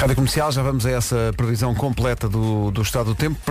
Rádio Comercial, já vamos a essa previsão completa do estado do tempo.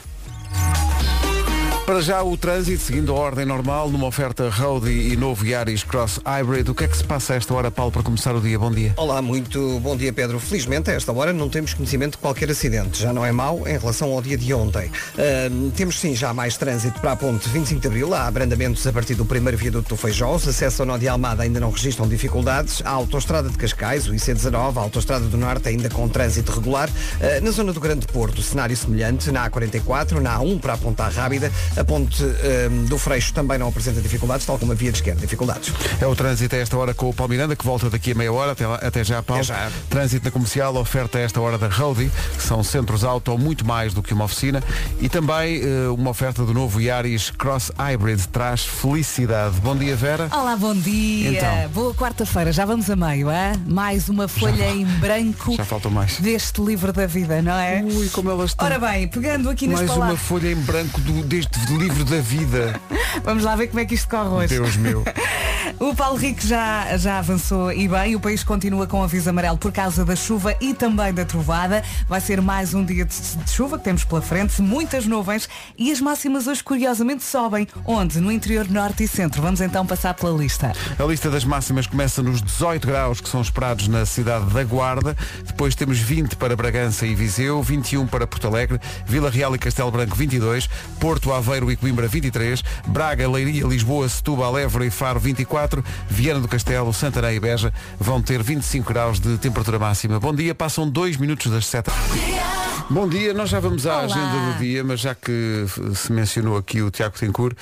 Para já o trânsito, seguindo a ordem normal, numa oferta Road e novo Yaris Cross Hybrid. O que é que se passa a esta hora, Paulo, para começar o dia? Bom dia. Olá, muito bom dia, Pedro. Felizmente, a esta hora não temos conhecimento de qualquer acidente. Já não é mau em relação ao dia de ontem. Temos sim já mais trânsito para a ponte 25 de Abril. Há abrandamentos a partir do primeiro viaduto do Feijós. Acesso ao Nó de Almada ainda não registram dificuldades. A autoestrada de Cascais, o IC19, a autoestrada do Norte ainda com trânsito regular. Na zona do Grande Porto, cenário semelhante. Na A44, na A1 para a Ponta Rábida. A ponte do Freixo também não apresenta dificuldades, tal como a via de esquerda, dificuldades. É o trânsito a esta hora com o Paulo Miranda, que volta daqui a meia hora. Até já, Paulo. Até já. Trânsito na Comercial, oferta a esta hora da Roadie, que são centros auto muito mais do que uma oficina. E também uma oferta do novo Yaris Cross Hybrid. Traz felicidade. Bom dia, Vera. Olá, bom dia. Então. Boa quarta-feira, já vamos a meio, é? Mais uma folha em branco. Já faltam mais. Deste livro da vida, não é? Ui, como elas estão. Ora bem, pegando aqui nas mais palavras. uma folha em branco deste livro da vida. Vamos lá ver como é que isto corre hoje. Deus meu. O Paulo Rico já avançou e bem. O país continua com aviso amarelo por causa da chuva e também da trovada. Vai ser mais um dia de chuva que temos pela frente, muitas nuvens e as máximas hoje curiosamente sobem. Onde? No interior norte e centro. Vamos então passar pela lista. A lista das máximas começa nos 18 graus que são esperados na cidade da Guarda. Depois temos 20 para Bragança e Viseu, 21 para Porto Alegre, Vila Real e Castelo Branco 22, Porto, Aveiro e Coimbra 23, Braga, Leiria, Lisboa, Setúbal, Évora e Faro 24, Viana do Castelo, Santarém e Beja vão ter 25 graus de temperatura máxima. Bom dia, passam 2 minutos das 7. Bom dia, nós já vamos à Olá. agenda do dia, mas já que se mencionou aqui o Tiago Tencourt,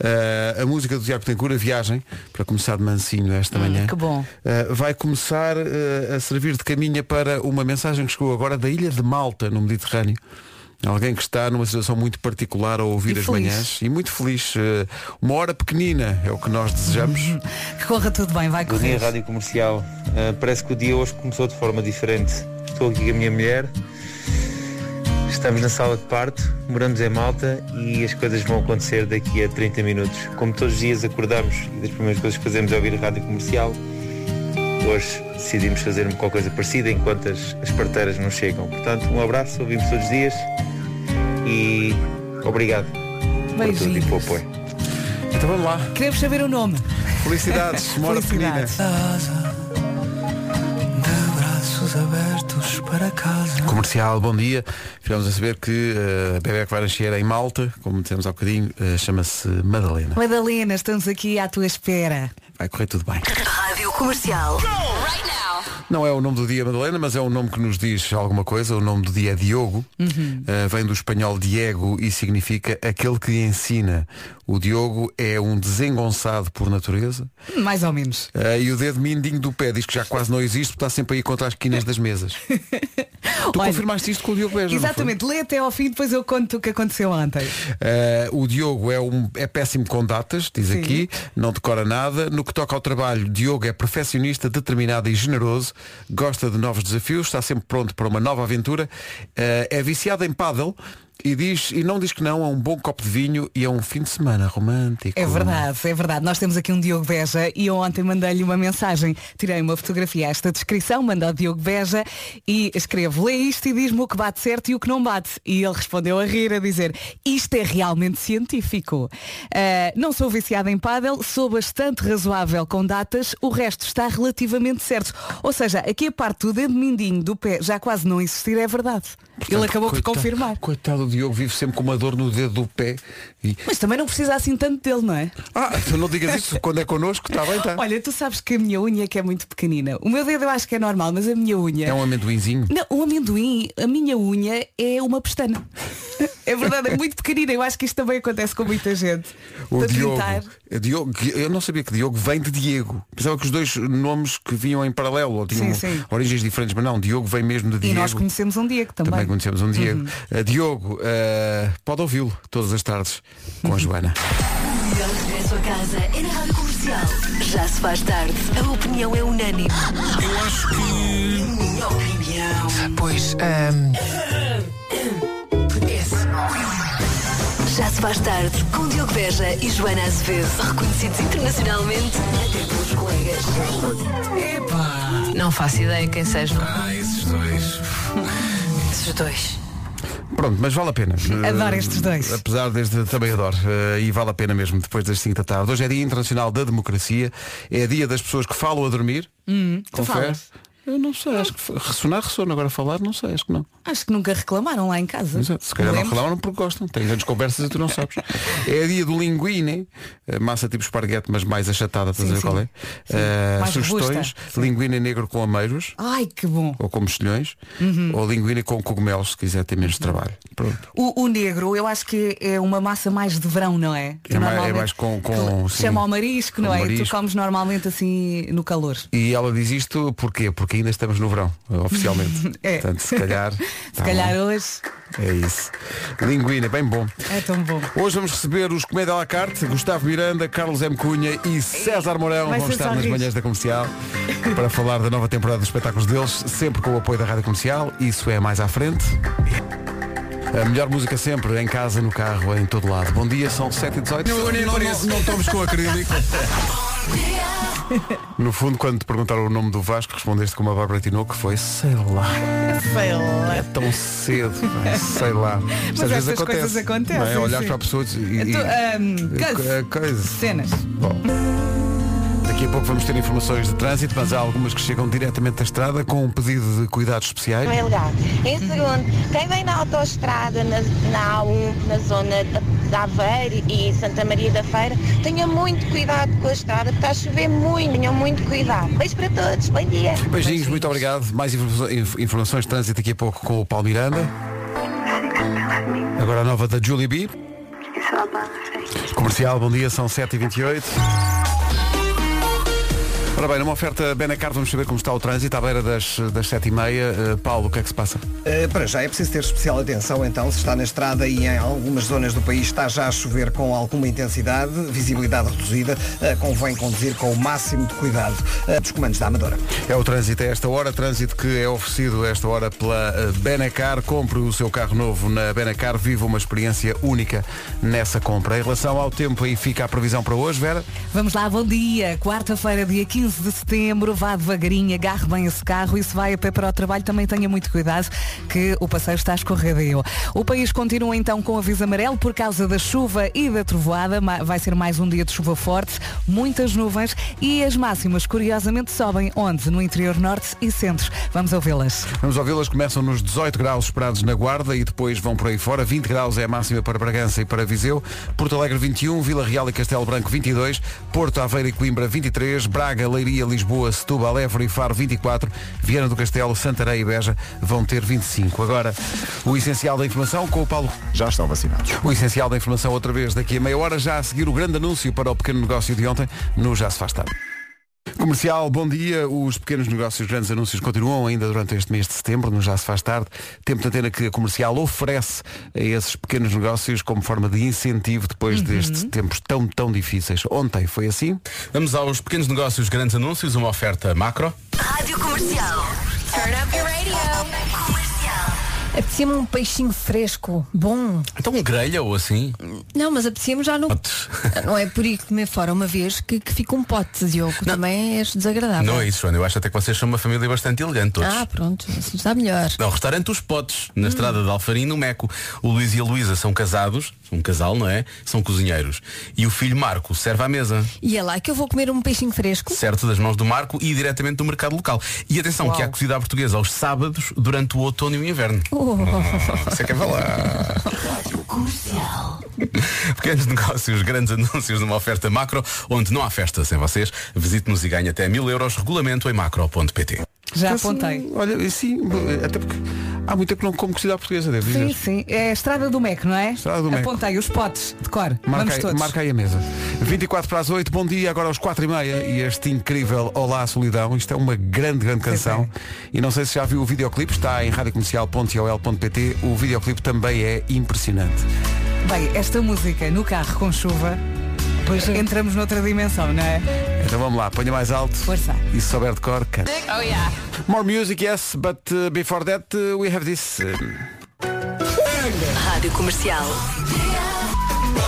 a música do Tiago Tencourt, A Viagem, para começar de mansinho esta manhã, que bom. vai começar a servir de caminha para uma mensagem que chegou agora da Ilha de Malta, no Mediterrâneo. Alguém que está numa situação muito particular a ouvir as manhãs e muito feliz. Uma hora pequenina é o que nós desejamos. Que corra tudo bem, vai Bom correr. dia, Rádio Comercial. Parece que o dia hoje começou de forma diferente. Estou aqui com a minha mulher, estamos na sala de parto, moramos em Malta e as coisas vão acontecer daqui a 30 minutos. Como todos os dias acordamos e das primeiras coisas que fazemos é ouvir a Rádio Comercial, hoje decidimos fazer qualquer coisa parecida enquanto as parteiras não chegam. Portanto, um abraço, ouvimos todos os dias e obrigado por tudo e pelo apoio. Então vamos lá. Queremos saber o nome. Felicidades, uma hora pequenina. Abertos para casa. Comercial, bom dia. Ficamos a saber que a bebé que vai nascer em Malta, como dissemos há bocadinho, chama-se Madalena. Madalena, estamos aqui à tua espera. Vai correr tudo bem. Rádio Comercial. Não é o nome do dia Madalena, mas é um nome que nos diz alguma coisa. O nome do dia é Diogo. Vem do espanhol Diego e significa aquele que ensina. O Diogo é um desengonçado por natureza. Mais ou menos. E o dedo mindinho do pé diz que já quase não existe, porque está sempre aí contra as esquinas das mesas. Tu Olha, confirmaste isto com o Diogo Beja? exatamente, lê até ao fim, depois eu conto o que aconteceu ontem. O Diogo é péssimo com datas, diz Sim. aqui, não decora nada. No que toca ao trabalho, Diogo é perfeccionista, determinado e generoso, gosta de novos desafios, está sempre pronto para uma nova aventura, é viciado em pádel e não diz que não a um bom copo de vinho e a um fim de semana romântico. É verdade, é verdade. Nós temos aqui um Diogo Beja e eu ontem mandei-lhe uma mensagem. Tirei uma fotografia a esta descrição, mando ao Diogo Beja e escrevo: lê isto e diz-me o que bate certo e o que não bate. E ele respondeu a rir, a dizer: isto é realmente científico. Não sou viciado em pádel, sou bastante razoável com datas, o resto está relativamente certo. Ou seja, aqui a parte do dedo mindinho do pé já quase não existir é verdade. Portanto, ele acabou por confirmar. Coitado do Diogo, vive sempre com uma dor no dedo do pé. Mas também não precisa assim tanto dele, não é? Tu não digas isso quando é connosco, está bem, está. Olha, tu sabes que a minha unha que é muito pequenina. O meu dedo eu acho que é normal, mas a minha unha... É um amendoinzinho. Não, um amendoim, a minha unha é uma pestana. É verdade, é muito pequenina. Eu acho que isto também acontece com muita gente. O Para Diogo, tentar. Diogo, eu não sabia que Diogo vem de Diego. Pensava que os dois nomes que vinham em paralelo ou tinham Sim. origens diferentes, mas não, Diogo vem mesmo de E Diego. nós conhecemos um Diego também. Também conhecemos um Diego. Diogo, pode ouvi-lo todas as tardes com a Joana. Regresso a casa é na Rádio Comercial. Já se faz tarde. A opinião é unânime. Eu acho que... Minha opinião. Pois, Já se faz tarde com Diogo Beja e Joana Azevedo. Reconhecidos internacionalmente até pelos colegas. Não faço ideia quem seja. Esses dois. Esses dois. Pronto, mas vale a pena. Adoro estes dois. Apesar deste, também adoro. E vale a pena mesmo depois das 5 da tarde. Hoje é Dia Internacional da Democracia. É dia das pessoas que falam a dormir. Tu falas? Eu não sei, acho que ressono, agora falar, não sei, acho que não. Acho que nunca reclamaram lá em casa. Exato. Se calhar não Lembro? reclamaram porque gostam. Tem grandes conversas e tu não sabes. É dia do linguine, massa tipo esparguete, mas mais achatada, estás a ver sim. qual é? Mais Sugestões, robusta. linguine negro com ameiros, Ai, que bom. ou com mexilhões, ou linguine com cogumelos, se quiser ter menos trabalho. Pronto. O negro, eu acho que é uma massa mais de verão, não é? Tu É mais normalmente- com que sim, chama ao marisco, com não é? marisco. Tu comes normalmente assim no calor. E ela diz isto porquê? Porque ainda estamos no verão, oficialmente. É. Portanto, se calhar. Se calhar hoje É isso. Linguine, bem bom. é tão bom. Hoje vamos receber os Comédia à la carte, Gustavo Miranda, Carlos M. Cunha e César Mourão Vai vão ser estar só nas rir. manhãs da Comercial para falar da nova temporada dos espetáculos deles, sempre com o apoio da Rádio Comercial. Isso é mais à frente. A melhor música sempre, em casa, no carro, em todo lado. Bom dia, são 7h18. Não estamos com acrílico. No fundo, quando te perguntaram o nome do Vasco, respondeste com uma Bárbara Tinoco, que foi, sei lá. É tão cedo, vai, sei lá. Isto às vezes estas coisas acontecem, Não é? Olhar sim. para a pessoa Coisa. Coisa. Cenas. Bom, daqui a pouco vamos ter informações de trânsito, mas há algumas que chegam diretamente da estrada com um pedido de cuidados especiais. Não é legal. Em segundo, quem vem na autoestrada, na A1, na zona de Aveiro e Santa Maria da Feira, tenha muito cuidado com a estrada, porque está a chover muito, tenham muito cuidado. Beijo para todos, bom dia. Beijinhos, muito obrigado. Mais informações de trânsito daqui a pouco com o Paulo Miranda. Agora a nova da Julie B. Comercial, bom dia, são 7h28. Ora bem, numa oferta Benacar, vamos saber como está o trânsito à beira das 7h30. Paulo, o que é que se passa? Para já é preciso ter especial atenção, então, se está na estrada e em algumas zonas do país está já a chover com alguma intensidade, visibilidade reduzida, convém conduzir com o máximo de cuidado. Dos comandos da Amadora. É o trânsito a esta hora, trânsito que é oferecido a esta hora pela Benacar. Compre o seu carro novo na Benacar, viva uma experiência única nessa compra. Em relação ao tempo, aí fica a previsão para hoje, Vera? Vamos lá, bom dia. Quarta-feira, dia 15 de setembro, vá devagarinho, agarre bem esse carro e se vai a pé para o trabalho também tenha muito cuidado que o passeio está escorregadio. O país continua então com aviso amarelo por causa da chuva e da trovoada. Vai ser mais um dia de chuva forte, muitas nuvens e as máximas curiosamente sobem onde? No interior norte e centro. Vamos ouvi-las. Vamos ouvi-las, começam nos 18 graus esperados na Guarda e depois vão por aí fora. 20 graus é a máxima para Bragança e para Viseu. Porto Alegre 21, Vila Real e Castelo Branco 22, Porto Aveiro e Coimbra 23, Braga, Leiria, Lisboa, Setúbal, Évora e Faro 24, Viana do Castelo, Santarém e Beja vão ter 25. Agora, o essencial da informação com o Paulo. Já estão vacinados. O essencial da informação outra vez daqui a meia hora, já a seguir o grande anúncio para o pequeno negócio de ontem no Já se faz tarde. Comercial, bom dia. Os pequenos negócios, grandes anúncios continuam ainda durante este mês de setembro, no Já se faz tarde. Tempo de antena que a Comercial oferece a esses pequenos negócios como forma de incentivo depois destes tempos tão difíceis. Ontem foi assim. Vamos aos pequenos negócios, grandes anúncios, uma oferta macro. Rádio Comercial. Turn up your radio. Comercial. Apetecia-me um peixinho fresco, bom. Então um grelha ou assim? Não, mas apetecia-me já no... Potes. Não é por ir comer fora uma vez que fica um pote, Diogo. Também és desagradável. Não é isso, Joana. Eu acho até que vocês são uma família bastante elegante todos. Ah, pronto, assim está melhor. Não, o restaurante Os Potes, na estrada de Alfarim, no Meco. O Luís e a Luísa são casados, um casal, não é? São cozinheiros. E o filho Marco serve à mesa. E é lá que eu vou comer um peixinho fresco. Certo, das mãos do Marco e diretamente do mercado local. E atenção, que há cozida à portuguesa aos sábados durante o outono e o inverno. Você quer falar? Comercial. Pequenos negócios, grandes anúncios numa oferta macro, onde não há festa sem vocês. Visite-nos e ganhe até 1000 euros. Regulamento em macro.pt. Já apontei. Olha, sim, até porque há muito tempo que não como cozida à portuguesa, devo dizer. Sim. É a Estrada do Meco, não é? Estrada do Meco. Apontei os potes de cor. Vamos todos. Marca aí a mesa. 24 para as 8, bom dia, agora às 4h30 e este incrível Olá Solidão. Isto é uma grande canção. E não sei se já viu o videoclipe, está em radiocomercial.ol.pt. O videoclipe também é impressionante. Bem, esta música no carro com chuva, depois entramos noutra dimensão, não é? Então vamos lá, ponha mais alto. Força. E se souber de cor, canta. Oh yeah. More music, yes, but before that we have this. Rádio Comercial.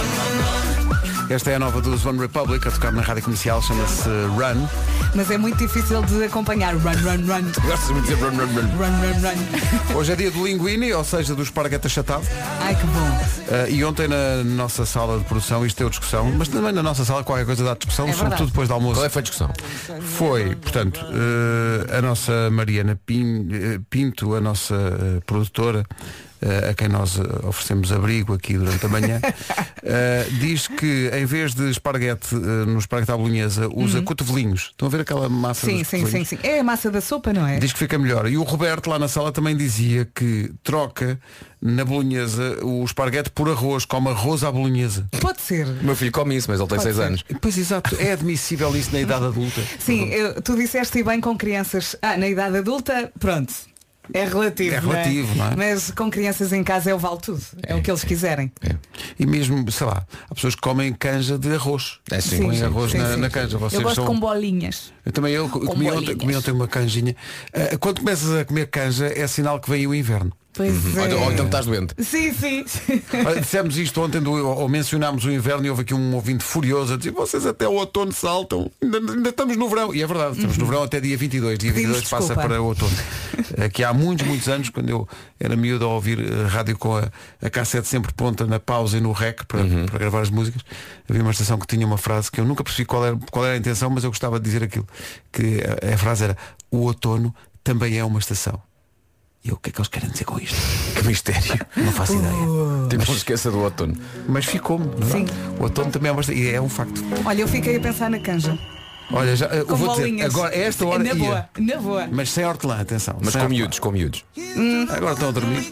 Esta é a nova dos One Republic, a tocar na rádio comercial, chama-se Run. Mas é muito difícil de acompanhar. Run, run, run. Gosto muito de dizer run, run, run. Run, run, run. Hoje é dia do linguine, ou seja, do esparguete achatado. Ai, que bom. E ontem na nossa sala de produção isto deu discussão, mas também na nossa sala qualquer coisa dá discussão, sobretudo depois do almoço. Qual foi a discussão? Foi, portanto, a nossa Mariana Pinto, a nossa produtora, a quem nós oferecemos abrigo aqui durante a manhã, diz que em vez de esparguete no esparguete à bolonhesa usa cotovelinhos. Estão a ver aquela massa dos cotovelinhos? Sim. É a massa da sopa, não é? Diz que fica melhor. E o Roberto lá na sala também dizia que troca na bolonhesa o esparguete por arroz, come arroz à bolonhesa. Pode ser. O meu filho come isso, mas ele tem 6 anos. Pois exato, é admissível isso na idade adulta. Sim, tu disseste bem com crianças. Na idade adulta, pronto. É relativo. É relativo, não é? Mas com crianças em casa é o vale tudo. É o que eles quiserem. E mesmo, sei lá, há pessoas que comem canja de arroz. Sim. Põem arroz na canja. Eu gosto com bolinhas. Eu também comi ontem uma canjinha. Quando começas a comer canja é sinal que vem o inverno. Pois é. Ou então estás doente. Sim. Olha, dissemos isto ontem, ou mencionámos o inverno e houve aqui um ouvinte furioso a dizer, vocês até o outono saltam, ainda estamos no verão. E é verdade, estamos no verão até dia 22. Dia 22 passa para o outono. Aqui há muitos anos, quando eu era miúdo a ouvir rádio com a cassete sempre ponta na pausa e no rec para gravar as músicas, havia uma estação que tinha uma frase que eu nunca percebi qual era a intenção, mas eu gostava de dizer aquilo, que a frase era: o outono também é uma estação. E o que é que eles querem dizer com isto? Que mistério. Não faço ideia. Não se esqueça do outono. Mas ficou-me. Sim. O outono também é um facto. Olha, eu fiquei a pensar na canja. Olha, já, eu com vou bolinhas. dizer, agora, a esta hora Na boa. Mas sem hortelã, atenção. Mas com miúdos. Agora estão a dormir.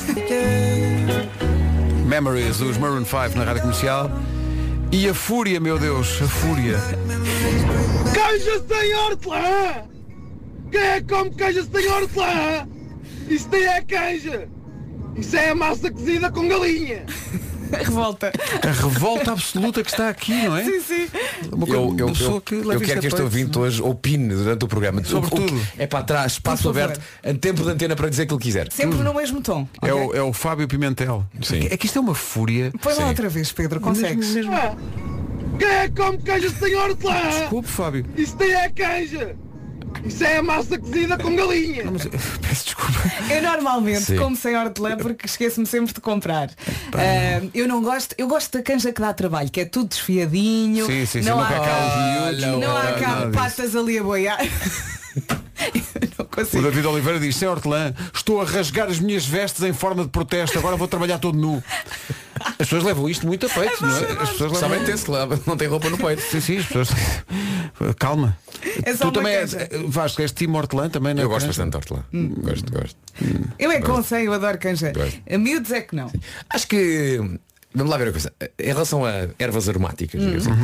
Memories dos Maroon 5 na rádio comercial. E a fúria, meu Deus, a fúria. Canja sem hortelã! Quem é que come canja sem hortelã? Isso nem é canja! Isso é a massa cozida com galinha! A revolta. A revolta absoluta que está aqui, não é? Sim. Eu quero que este ouvinte hoje opine durante o programa. Sobretudo. É para trás, espaço aberto, tempo de antena para dizer aquilo que quiser. Sempre no mesmo tom. É o Fábio Pimentel. Sim. É que isto é uma fúria. Põe lá outra vez, Pedro, consegues? Quem é que come canja sem hortelã? Desculpe, Fábio. Isso nem é canja! Isso é a massa cozida com galinha! Não, mas, peço desculpa. Eu normalmente como sem hortelã porque esqueço-me sempre de comprar. Eu gosto da canja que dá trabalho, que é tudo desfiadinho. Sim, não há não há cá patas ali a boiar. O David Oliveira diz: sem hortelã, estou a rasgar as minhas vestes em forma de protesto, agora vou trabalhar todo nu. As pessoas levam isto muito a peito, não é? As pessoas levam... não tem roupa no peito. Sim, as pessoas. Calma. É só tu também és Vasco, és time hortelã também, não é? Eu gosto bastante de hortelã. Gosto. Eu com sem, eu adoro canja. A miúdos é que não. Sim. Acho que. Vamos lá ver a coisa. Em relação a ervas aromáticas,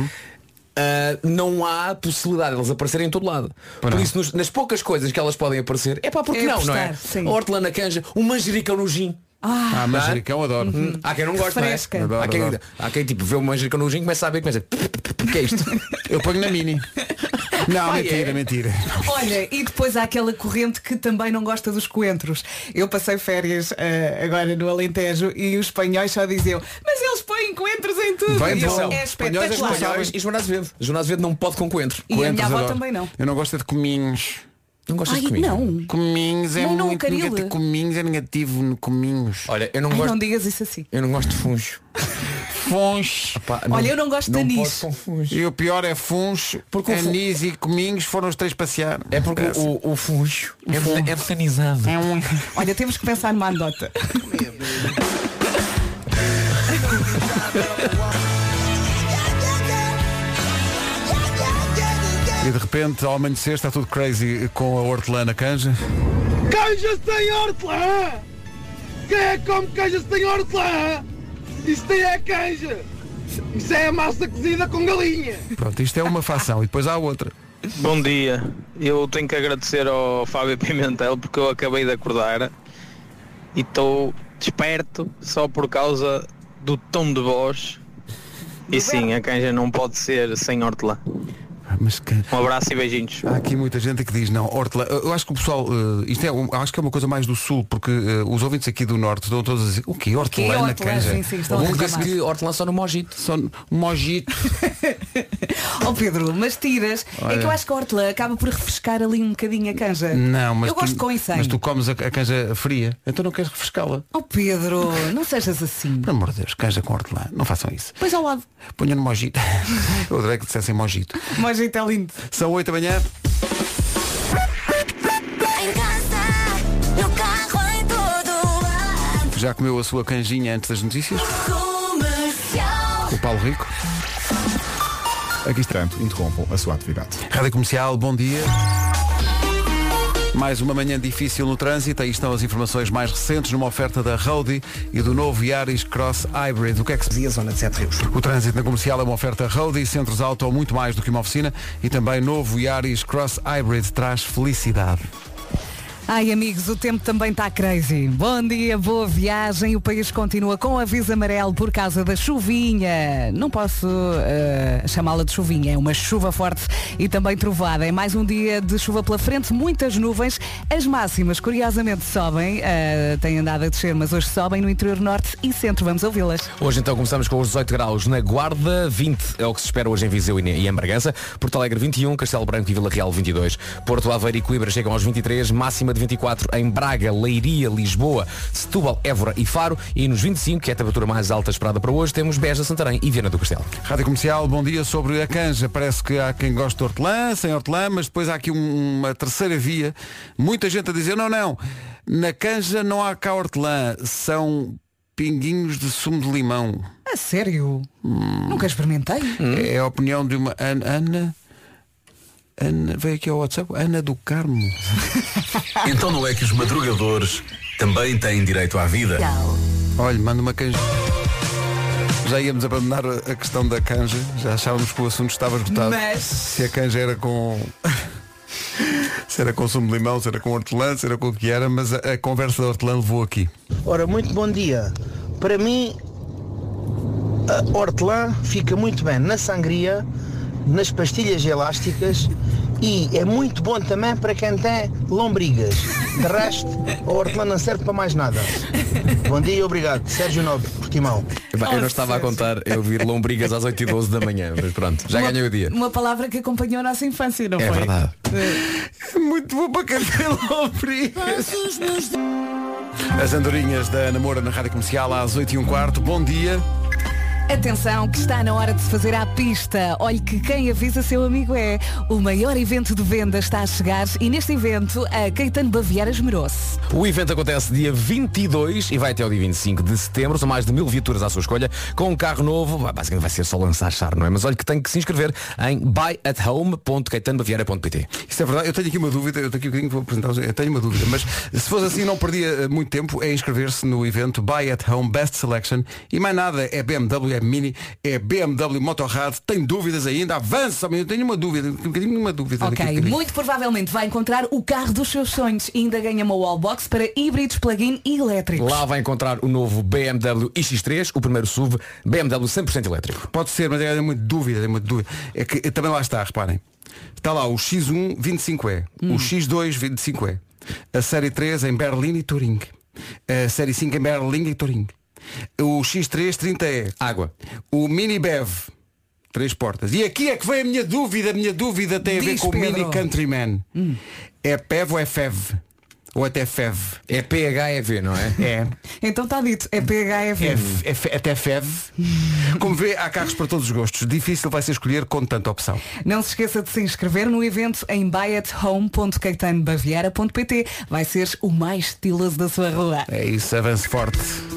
não há possibilidade de elas aparecerem em todo lado. Por isso, nas poucas coisas que elas podem aparecer, porque não é? Sim. A hortelã na canja, um manjericão no gin. Manjericão adoro. Há quem não gosta, fresca. Não é? Há quem tipo vê o manjericão no gin, começa a ver, começa o que é isto? Eu ponho na mini. Não, mentira. Olha, e depois há aquela corrente que também não gosta dos coentros. Eu passei férias agora no Alentejo e os espanhóis só diziam: mas eles põem coentros em tudo. Bem, é espetacular. E Joana Azevedo. Joana Azevedo não pode com coentro. E a minha avó também não. Eu não gosto de cominhos. Não gostas de cominhos? Não. Cominhos é muito negativo. Cominhos é negativo no cominhos. Olha, eu não gosto. Não digas isso assim. Eu não gosto de funcho. Funcho. Olha, eu não gosto de anis. E o pior é funcho, porque anis e cominhos foram os três passear. É porque o funcho é sanizado. Olha, temos que pensar numa anedota. E de repente, ao amanhecer, está tudo crazy com a hortelã na canja. Canja sem hortelã! Quem é que come canja sem hortelã? Isso nem é canja! Isso é a massa cozida com galinha! Pronto, isto é uma facção e depois há outra. Bom dia, eu tenho que agradecer ao Fábio Pimentel porque eu acabei de acordar e estou desperto só por causa do tom de voz. E sim, a canja não pode ser sem hortelã. Mas Um abraço e beijinhos. há aqui muita gente que diz não, hortelã. Eu acho que o pessoal, acho que é uma coisa mais do sul, porque os ouvintes aqui do norte estão todos a dizer, o quê? Hortelã na canja? Um disse que hortelã só no mojito. Só no mojito. Pedro, mas tiras. Olha. É que eu acho que a hortelã acaba por refrescar ali um bocadinho a canja. Não, mas eu gosto com e sem. Mas tu comes a canja fria, então não queres refrescá-la. Pedro, não sejas assim. Pelo amor de Deus, canja com hortelã, não façam isso. Pois ao lado. Ponha no mojito. Eu adorei que dissessem mojito. Mojito é lindo. São 8 da manhã. Já comeu a sua canjinha antes das notícias? O Paulo Rico. Aqui tanto, interrompam a sua atividade. Rádio Comercial, bom dia. Mais uma manhã difícil no trânsito. Aí estão as informações mais recentes numa oferta da Roadie e do novo Yaris Cross Hybrid. O que é que se dizia? Zona de Sete Rios. O trânsito na Comercial é uma oferta Roadie, centros auto muito mais do que uma oficina, e também novo Yaris Cross Hybrid traz felicidade. Ai amigos, o tempo também está crazy. Bom dia, boa viagem. O país continua com aviso amarelo por causa da chuvinha. Não posso chamá-la de chuvinha, é uma chuva forte e também trovada. É mais um dia de chuva pela frente, muitas nuvens. As máximas, curiosamente, sobem. Têm andado a descer, mas hoje sobem no interior norte e centro. Vamos ouvi-las. Hoje então começamos com os 18 graus na Guarda, 20 é o que se espera hoje em Viseu e em Bragança. Porto Alegre 21, Castelo Branco e Vila Real 22. Porto Aveiro e Coimbra chegam aos 23, máxima de 24 em Braga, Leiria, Lisboa, Setúbal, Évora e Faro, e nos 25, que é a temperatura mais alta esperada para hoje, temos Beja, Santarém e Viana do Castelo. Rádio Comercial, bom dia. Sobre a canja, parece que há quem goste de hortelã, sem hortelã, mas depois há aqui uma terceira via. Muita gente a dizer, não, na canja não há cá hortelã, são pinguinhos de sumo de limão. A sério? Nunca experimentei. É a opinião de uma Ana, veio aqui ao WhatsApp, Ana do Carmo. Então não é que os madrugadores também têm direito à vida? Olha, manda uma canja. Já íamos abandonar a questão da canja. Já achávamos que o assunto estava esgotado. Mas... se a canja era com... se era com sumo de limão, se era com hortelã, se era com o que era, mas a conversa da hortelã levou aqui. Ora, muito bom dia. Para mim, a hortelã fica muito bem na sangria, nas pastilhas elásticas, e é muito bom também para quem tem lombrigas. De resto, a hortelã não serve para mais nada. Bom dia e obrigado. Sérgio Nobre, Portimão. Eu não estava a contar eu vir lombrigas às 8h12 da manhã, mas pronto, já ganhei o dia. Uma palavra que acompanhou a nossa infância, não foi? É verdade. É muito bom para quem tem lombrigas. As andorinhas da Ana Moura na Rádio Comercial às 8h15. Bom dia. Atenção que está na hora de se fazer à pista. Olhe que quem avisa seu amigo é. O maior evento de venda está a chegar e neste evento a Caetano Baviera esmerou-se. O evento acontece dia 22 e vai até o dia 25 de setembro. São mais de 1000 viaturas à sua escolha. Com um carro novo, basicamente vai ser só lançar char, não é? Mas olha que tem que se inscrever em buyathome.caetanobaviera.pt. Isso é verdade. Eu tenho aqui uma dúvida. Eu tenho aqui um bocadinho que vou apresentar. Eu tenho uma dúvida. Mas se fosse assim não perdia muito tempo. É inscrever-se no evento Buy at Home Best Selection. E mais nada. É BMW, é Mini, é BMW Motorrad. Tem dúvidas ainda? Avança, eu tenho uma dúvida. Ok, muito provavelmente vai encontrar o carro dos seus sonhos e ainda ganha uma wallbox para híbridos, plug-in e elétricos. Lá vai encontrar o novo BMW iX3, o primeiro SUV BMW 100% elétrico. Pode ser, mas é muito dúvida. É que também lá está, reparem. Está lá o X1 25E, o X2 25E, a série 3 em Berlim e Turim, a série 5 em Berlim e Turim, o X3 30E, água, o Mini BEV, 3 portas. E aqui é que vem a minha dúvida tem a ver com o Mini Countryman. É PEV ou é FEV? Ou até FEV? É PHEV, não é? É. Então está dito, é PHEV. Até FEV. Como vê, há carros para todos os gostos. Difícil vai ser escolher com tanta opção. Não se esqueça de se inscrever no evento em buyathome.caetanobaviera.pt. Vai ser o mais estiloso da sua rua. É isso, avance forte.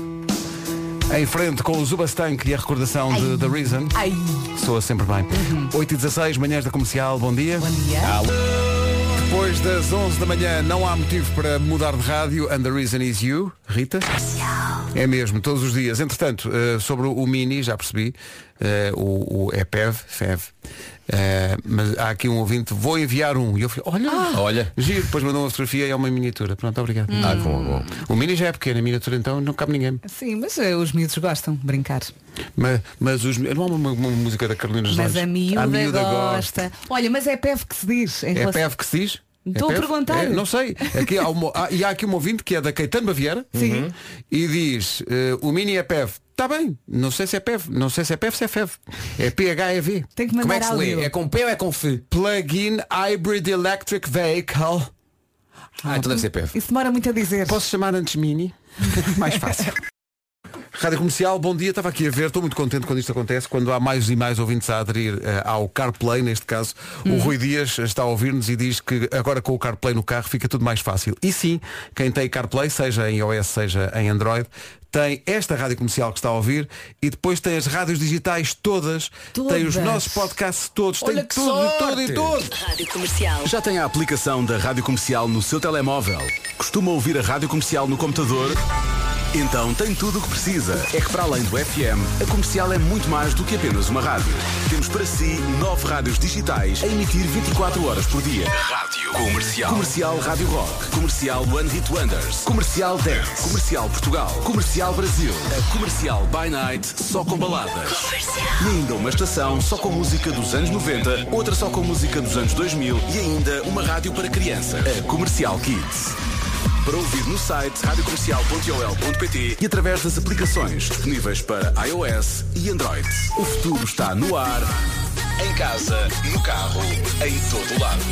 Em frente com o Zubastank e a recordação de The Reason. Soa sempre bem. 8h16, manhãs da Comercial, bom dia. Bom dia. Depois das 11 da manhã não há motivo para mudar de rádio. And the reason is you, Rita. É mesmo, todos os dias. Entretanto, sobre o Mini, já percebi, é FEV. Mas há aqui um ouvinte, vou enviar um. E eu falei, olha, giro, depois mandou uma fotografia e é uma miniatura. Pronto, obrigado. Bom. O Mini já é pequeno, a miniatura então não cabe ninguém. Sim, mas os miúdos gostam de brincar. Mas não há uma música da Carolina Jorge. Mas a miúda gosta. Olha, mas é PEV que se diz. É PEV que se diz? Estou a perguntar. Não sei. Aqui há aqui um ouvinte que é da Caetano Baviera. Sim. E diz, o Mini é PEV. Está bem, não sei se é PEV, não sei se é PEV, se é FEV. É PHEV. Tem que mandar. Como é que se lê? É com P ou é com F? Plug-in Hybrid Electric Vehicle. Então deve ser PEV. Isso demora muito a dizer. Posso chamar antes Mini? Mais fácil. Rádio Comercial, bom dia, estava aqui a ver, estou muito contente quando isto acontece, quando há mais e mais ouvintes a aderir ao CarPlay, neste caso. O Rui Dias está a ouvir-nos e diz que agora com o CarPlay no carro fica tudo mais fácil. E sim, quem tem CarPlay, seja em iOS, seja em Android, tem esta Rádio Comercial que está a ouvir e depois tem as rádios digitais todas. Tem os nossos podcasts todos, Olha tem que tudo, sorte! tudo. Rádio Comercial. Já tem a aplicação da Rádio Comercial no seu telemóvel? Costuma ouvir a Rádio Comercial no computador? Então tem tudo o que precisa. É que para além do FM, a Comercial é muito mais do que apenas uma rádio. Temos para si 9 rádios digitais a emitir 24 horas por dia. Rádio Comercial. Comercial Rádio Rock. Comercial One Hit Wonders. Comercial Dance. Comercial Portugal. Comercial Brasil. A Comercial by Night só com baladas. E ainda uma estação só com música dos anos 90, outra só com música dos anos 2000 e ainda uma rádio para criança. A Comercial Kids. Para ouvir no site radiocomercial.ol.pt e através das aplicações disponíveis para iOS e Android. O futuro está no ar, em casa, no carro, em todo lado.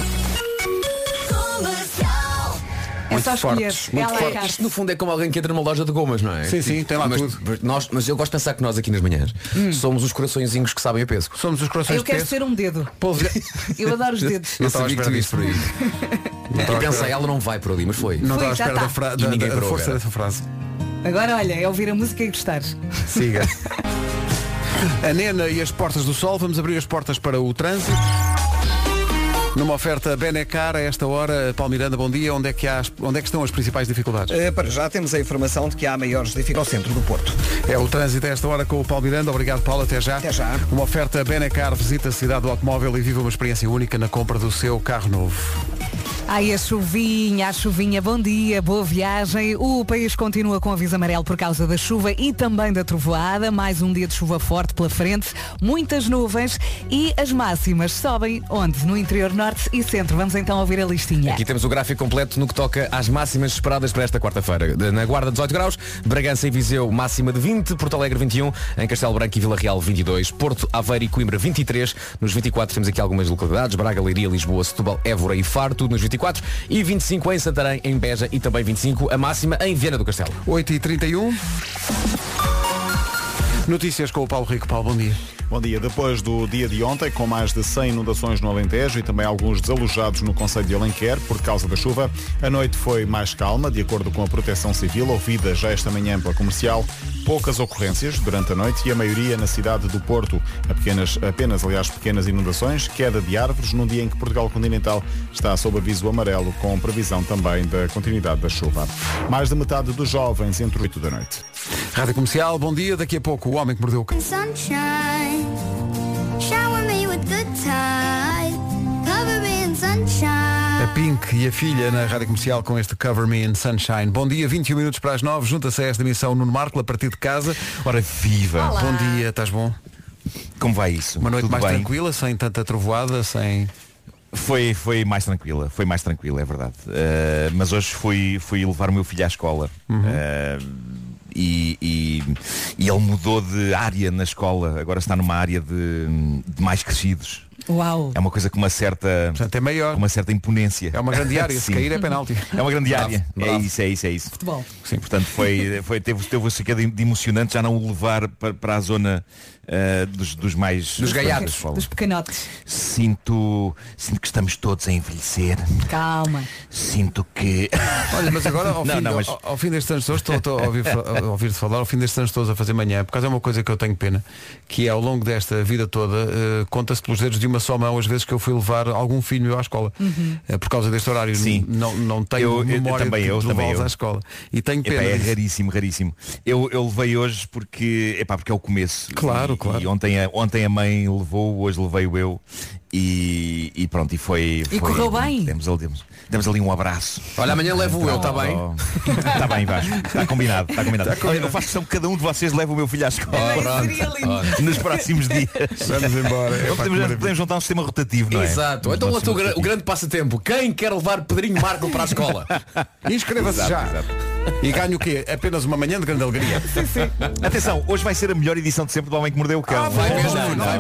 É só escolher. Isto no fundo é como alguém que entra numa loja de gomas, não é? Sim, tem lá tudo. Mas eu gosto de pensar que nós aqui nas manhãs somos os coraçõezinhos que sabem a peso. Somos os corações Eu quero ser um dedo. Eu adoro os dedos. Eu sabia que tu ias por aí. Eu pensei, ela não vai por ali, mas foi. Não estava à já espera tá. da força dessa frase. Agora olha, é ouvir a música e gostar. Siga. A Nena e as Portas do Sol. Vamos abrir as portas para o trânsito. Numa oferta Benecar, a esta hora, Paulo Miranda, bom dia. Onde é que estão as principais dificuldades? Para já temos a informação de que há maiores dificuldades ao centro do Porto. É o trânsito a esta hora com o Paulo Miranda. Obrigado, Paulo. Até já. Até já. Uma oferta Benecar. Visita a cidade do automóvel e vive uma experiência única na compra do seu carro novo. Ai, a chuvinha, bom dia, boa viagem. O país continua com aviso amarelo por causa da chuva e também da trovoada. Mais um dia de chuva forte pela frente, muitas nuvens e as máximas sobem onde? No interior norte e centro. Vamos então ouvir a listinha. Aqui temos o gráfico completo no que toca às máximas esperadas para esta quarta-feira. Na Guarda 18 graus, Bragança e Viseu máxima de 20, Porto Alegre 21, em Castelo Branco e Vila Real 22, Porto, Aveiro e Coimbra 23, nos 24 temos aqui algumas localidades, Braga, Leiria, Lisboa, Setúbal, Évora e Faro, tudo nos 24 e 25 em Santarém, em Beja e também 25 a máxima em Viana do Castelo. 8h31. Notícias com o Paulo Rico. Paulo, bom dia. Bom dia. Depois do dia de ontem, com mais de 100 inundações no Alentejo e também alguns desalojados no concelho de Alenquer por causa da chuva, a noite foi mais calma, de acordo com a Proteção Civil, ouvida já esta manhã pela Comercial. Poucas ocorrências durante a noite e a maioria na cidade do Porto. Apenas pequenas inundações, queda de árvores, num dia em que Portugal continental está sob aviso amarelo, com previsão também da continuidade da chuva. Mais de metade dos jovens entre 8 da noite. Rádio Comercial, bom dia. Daqui a pouco o homem que mordeu o cão. A Pink e a filha na Rádio Comercial com este Cover Me in Sunshine. Bom dia, 21 minutos para as 9. Junta-se a esta emissão Nuno Marco a partir de casa. Ora, viva! Olá. Bom dia, estás bom? Como vai isso? Uma noite Tudo mais bem? tranquila, sem tanta trovoada, sem... Foi mais tranquila, é verdade. Mas hoje fui levar o meu filho à escola. E ele mudou de área na escola. Agora está numa área de mais crescidos. Uau. É uma coisa com uma certa, portanto, é maior. Com uma certa imponência. É uma grande área, se cair é penalti. É uma grande área. Bravo. É isso. Futebol. Sim, portanto teve assim que de emocionante já não o levar para a zona dos mais... Dos gaiados. Dos pequenotes. Sinto que estamos todos a envelhecer. Calma. Sinto que... Olha, mas agora ao fim destes anos todos, estou a ouvir-te falar, ao fim destes anos todos a fazer manhã, por causa é uma coisa que eu tenho pena, que é ao longo desta vida toda, conta-se pelos dedos de uma só mão as vezes que eu fui levar algum filho meu à escola. Por causa deste horário. Sim. Não tenho memória de levá-los à escola. E tenho pena. É raríssimo. Eu levei hoje porque é o começo. Claro. E ontem a mãe levou, hoje levei-o eu. E pronto, e foi. Correu bem? Demos ali um abraço. Olha, amanhã levo eu, está bem? Está bem, Vasco. Está combinado. Olha, eu faço questão que cada um de vocês leve o meu filho à escola. Nos próximos dias. Vamos embora. Podemos juntar um sistema rotativo, não é? Exato. Então o grande passatempo. Quem quer levar Pedrinho Marco para a escola? Inscreva-se já. Exato. E ganha o quê? Apenas uma manhã de grande alegria. Sim. Atenção, hoje vai ser a melhor edição de sempre do Homem que Mordeu o Cão. Vai mesmo?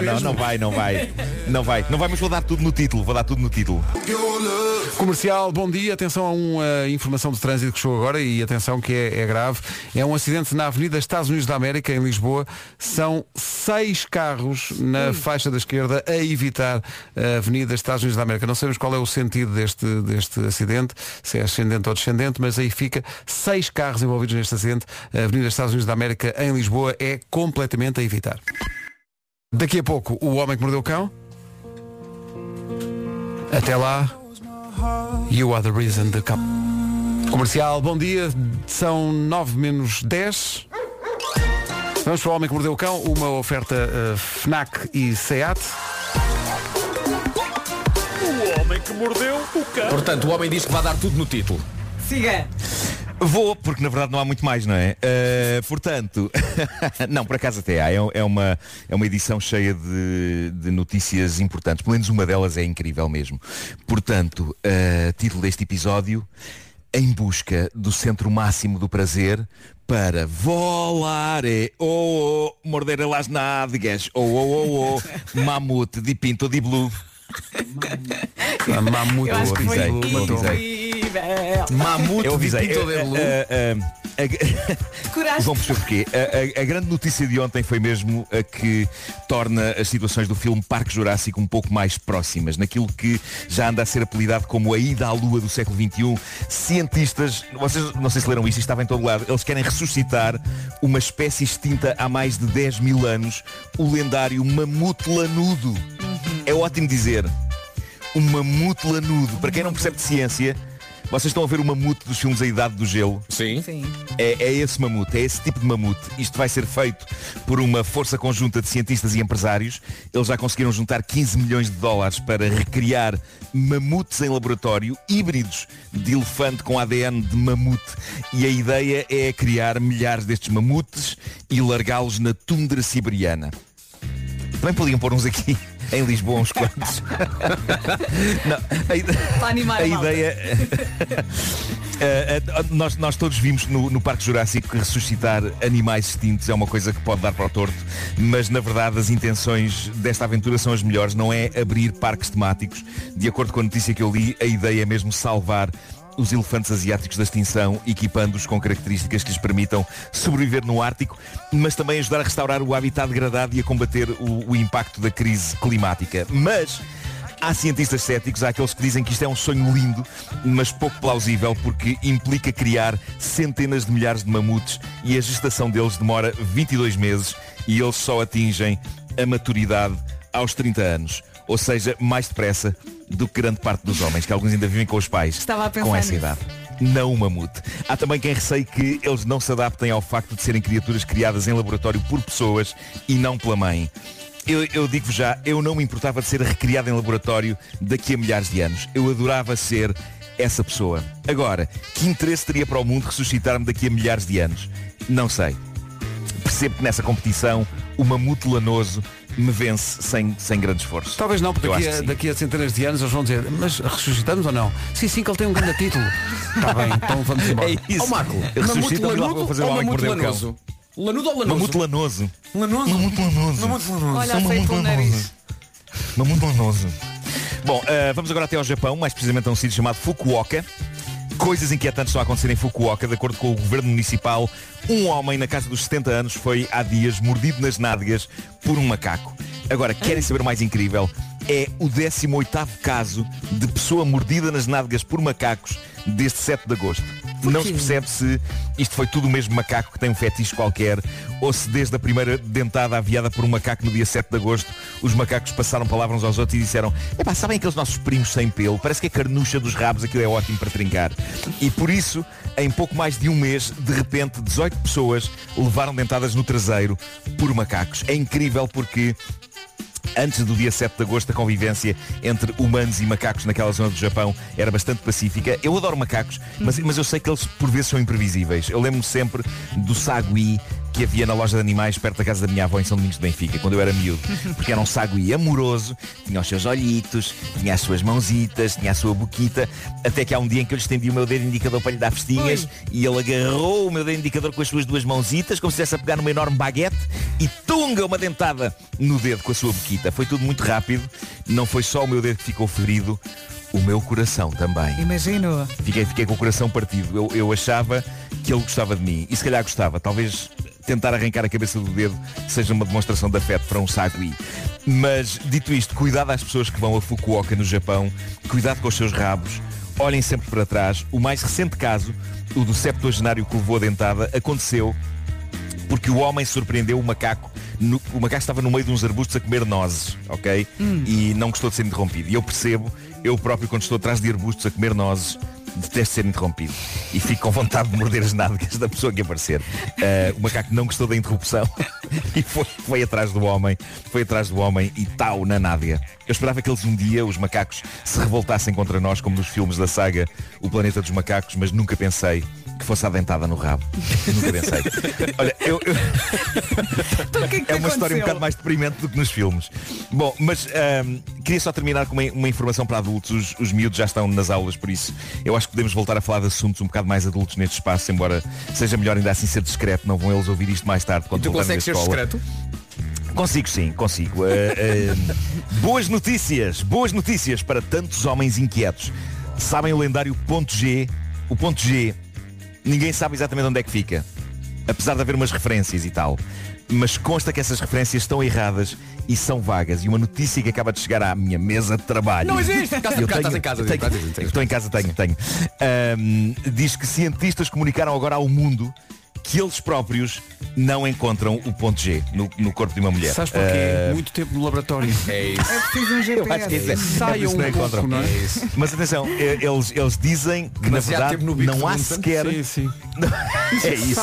Não vai, mas vou dar tudo no título. Comercial, bom dia. Atenção a uma informação de trânsito que chegou agora e atenção que é grave. É um acidente na Avenida Estados Unidos da América, em Lisboa. São 6 carros na faixa da esquerda a evitar a Avenida Estados Unidos da América. Não sabemos qual é o sentido deste acidente, se é ascendente ou descendente, mas aí fica 6 carros envolvidos neste acidente. A Avenida Estados Unidos da América, em Lisboa, é completamente a evitar. Daqui a pouco, o Homem que Mordeu o Cão. Até lá, You Are The Reason the Cup. Comercial, bom dia. São 9:10. Vamos para o Homem que Mordeu o Cão. Uma oferta FNAC e SEAT. O Homem que Mordeu o Cão. Portanto, o homem diz que vai dar tudo no título. Siga. Vou, porque na verdade não há muito mais, não é? Portanto, não, por acaso até há. É uma edição cheia de notícias importantes. Pelo menos uma delas é incrível mesmo. Portanto, título deste episódio: Em busca do centro máximo do prazer para volare, morder las nádegas, mamute de pinto de blue. Mamute, eu avisei. Coragem. Vão perceber porquê. A grande notícia de ontem foi mesmo a que torna as situações do filme Parque Jurássico um pouco mais próximas. Naquilo que já anda a ser apelidado como a ida à Lua do século XXI. Cientistas, vocês não sei se leram isto estava em todo lado, eles querem ressuscitar uma espécie extinta há mais de 10 mil anos, o lendário mamute lanudo. É ótimo dizer um mamute lanudo. Para quem não percebe de ciência, vocês estão a ver o mamute dos filmes A Idade do Gelo? Sim. É esse mamute, é esse tipo de mamute. Isto vai ser feito por uma força conjunta de cientistas e empresários. Eles já conseguiram juntar 15 milhões de dólares para recriar mamutes em laboratório, híbridos de elefante com ADN de mamute. E a ideia é criar milhares destes mamutes e largá-los na tundra siberiana. Também podiam pôr uns aqui em Lisboa, uns quantos. Para animar a ideia. Nós todos vimos no Parque Jurássico que ressuscitar animais extintos é uma coisa que pode dar para o torto, mas na verdade as intenções desta aventura são as melhores. Não é abrir parques temáticos. De acordo com a notícia que eu li, a ideia é mesmo salvar os elefantes asiáticos da extinção, equipando-os com características que lhes permitam sobreviver no Ártico, mas também ajudar a restaurar o habitat degradado e a combater o impacto da crise climática. Mas há cientistas céticos, há aqueles que dizem que isto é um sonho lindo, mas pouco plausível, porque implica criar centenas de milhares de mamutes e a gestação deles demora 22 meses e eles só atingem a maturidade aos 30 anos. Ou seja, mais depressa do que grande parte dos homens, que alguns ainda vivem com os pais com essa idade. Não o mamute. Há também quem receie que eles não se adaptem ao facto de serem criaturas criadas em laboratório por pessoas e não pela mãe. Eu digo-vos já, eu não me importava de ser recriado em laboratório daqui a milhares de anos. Eu adorava ser essa pessoa. Agora, que interesse teria para o mundo ressuscitar-me daqui a milhares de anos? Não sei. Percebo que nessa competição o mamute lanoso me vence sem grande esforço. Talvez não, porque daqui a centenas de anos eles vão dizer, mas ressuscitamos ou não? Sim, que ele tem um grande título. Está bem, então vamos embora. É isso. Marco, mamute lanudo ou mamute lanoso? Lanudo ou lanoso? Mamute lanoso. Mamute lanoso. Olha, aceito pelo nariz. Mamute lanoso. Bom, vamos agora até ao Japão, mais precisamente a um sítio chamado Fukuoka. Coisas inquietantes estão a acontecer em Fukuoka. De acordo com o governo municipal, um homem na casa dos 70 anos foi há dias mordido nas nádegas por um macaco. Agora, querem saber o mais incrível? É o 18º caso de pessoa mordida nas nádegas por macacos desde 7 de agosto. Não se percebe se isto foi tudo o mesmo macaco que tem um fetiche qualquer ou se desde a primeira dentada aviada por um macaco no dia 7 de agosto os macacos passaram palavras uns aos outros e disseram: epá, sabem aqueles nossos primos sem pelo? Parece que a carnucha dos rabos, aquilo é ótimo para trincar. E por isso, em pouco mais de um mês, de repente 18 pessoas levaram dentadas no traseiro por macacos. É incrível porque antes do dia 7 de agosto a convivência entre humanos e macacos naquela zona do Japão era bastante pacífica. Eu adoro macacos, mas eu sei que eles por vezes são imprevisíveis. Eu lembro-me sempre do sagui que havia na loja de animais perto da casa da minha avó em São Domingos de Benfica, quando eu era miúdo, porque era um sagui amoroso, tinha os seus olhitos, tinha as suas mãozitas, tinha a sua boquita, até que há um dia em que eu lhe estendi o meu dedo indicador para lhe dar festinhas e ele agarrou o meu dedo indicador com as suas duas mãozitas, como se estivesse a pegar numa enorme baguete e tunga uma dentada no dedo com a sua boquita. Foi tudo muito rápido, não foi só o meu dedo que ficou ferido, o meu coração também. Imagino. Fiquei com o coração partido. Eu achava que ele gostava de mim. E se calhar gostava. Talvez tentar arrancar a cabeça do dedo seja uma demonstração de afeto para um sagui. Mas, dito isto, cuidado às pessoas que vão a Fukuoka, no Japão. Cuidado com os seus rabos. Olhem sempre para trás. O mais recente caso, o do septuagenário que levou a dentada, aconteceu porque o homem surpreendeu o macaco. O macaco estava no meio de uns arbustos a comer nozes, ok? E não gostou de ser interrompido. E eu percebo, eu próprio, quando estou atrás de arbustos a comer nozes, detesto ser interrompido. E fico com vontade de morder as nádegas da pessoa que aparecer. O macaco não gostou da interrupção e foi atrás do homem. Foi atrás do homem e tal na nádega. Eu esperava que eles um dia, os macacos, se revoltassem contra nós, como nos filmes da saga O Planeta dos Macacos, mas nunca pensei que fosse a dentada no rabo. Nunca pensei. Olha, que é uma história um bocado mais deprimente do que nos filmes. Bom, mas queria só terminar com uma informação para adultos. Os miúdos já estão nas aulas, por isso eu acho que podemos voltar a falar de assuntos um bocado mais adultos neste espaço, embora seja melhor ainda assim ser discreto. Não vão eles ouvir isto mais tarde quando voltarem da escola. Tu consegues ser discreto? Consigo sim, consigo. Boas notícias para tantos homens inquietos. Sabem o lendário ponto G? O ponto G, ninguém sabe exatamente onde é que fica, apesar de haver umas referências e tal. Mas consta que essas referências estão erradas e são vagas. E uma notícia que acaba de chegar à minha mesa de trabalho. Não existe! Estás em casa. Estou em casa, tenho. Diz que cientistas comunicaram agora ao mundo que eles próprios não encontram o ponto G no corpo de uma mulher. Sabes porquê? Muito tempo no laboratório. É isso. É preciso um GPS. Eu acho que é isso. Saiam não encontram, não é? Mas atenção, eles dizem que na verdade não há sequer... Sim. É isso.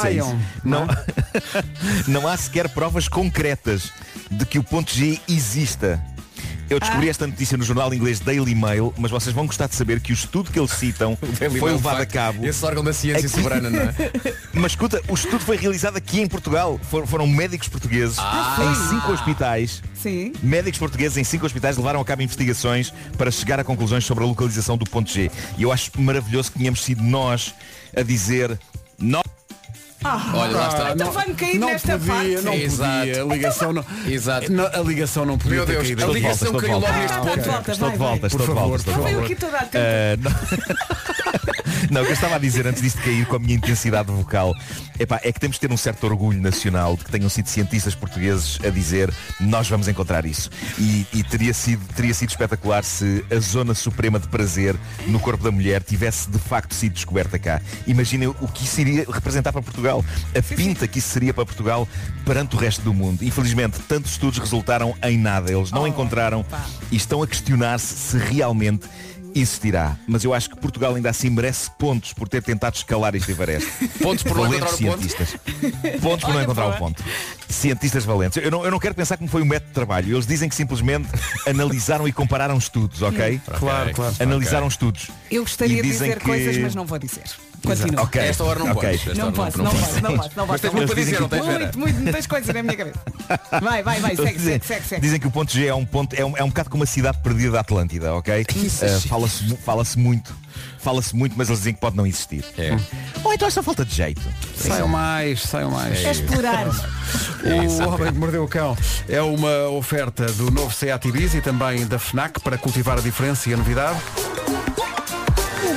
Não há sequer provas concretas de que o ponto G exista. Eu descobri esta notícia no jornal inglês Daily Mail, mas vocês vão gostar de saber que o estudo que eles citam foi levado a cabo. Esse órgão da ciência soberana, não é? Mas escuta, o estudo foi realizado aqui em Portugal. Foram médicos portugueses em 5 hospitais. Sim. Médicos portugueses em 5 hospitais levaram a cabo investigações para chegar a conclusões sobre a localização do ponto G. E eu acho maravilhoso que tínhamos sido nós a dizer... Olha, lá está. Então vai-me cair nesta parte. Não podia. A ligação não. Exato. A ligação não podia. Meu Deus, ter caído. a ligação caiu logo neste ponto. Estou de volta. Foi o que toda a tempo. Não, o que eu estava a dizer antes disto cair com a minha intensidade vocal é que temos de ter um certo orgulho nacional de que tenham sido cientistas portugueses a dizer nós vamos encontrar isso. E teria sido espetacular se a zona suprema de prazer no corpo da mulher tivesse de facto sido descoberta cá. Imaginem o que isso iria representar para Portugal. A pinta que isso seria para Portugal perante o resto do mundo. Infelizmente, tantos estudos resultaram em nada. Eles não encontraram e estão a questionar-se se realmente existirá. Mas eu acho que Portugal ainda assim merece pontos por ter tentado escalar este Everest. Pontos por não encontrar o ponto. Pontos por não encontrar o ponto. Cientistas valentes. Eu não quero pensar como foi o método de trabalho. Eles dizem que simplesmente analisaram e compararam estudos, ok? Claro. Analisaram estudos. Eu gostaria de dizer que... coisas, mas não vou dizer. Continua. Okay. Esta hora não podes. Não posso. Mas tens muito para dizer, não tens, Vera? Muitas coisas na minha cabeça. Vai, segue. Dizem que o ponto G é um bocado como uma cidade perdida da Atlântida, ok? Fala-se muito, mas eles dizem que pode não existir. Ou então é só falta de jeito. Saiam mais. É explorar. O Homem que Mordeu o Cão é uma oferta do novo Seat Ibiza e também da FNAC para cultivar a diferença e a novidade. O Homem que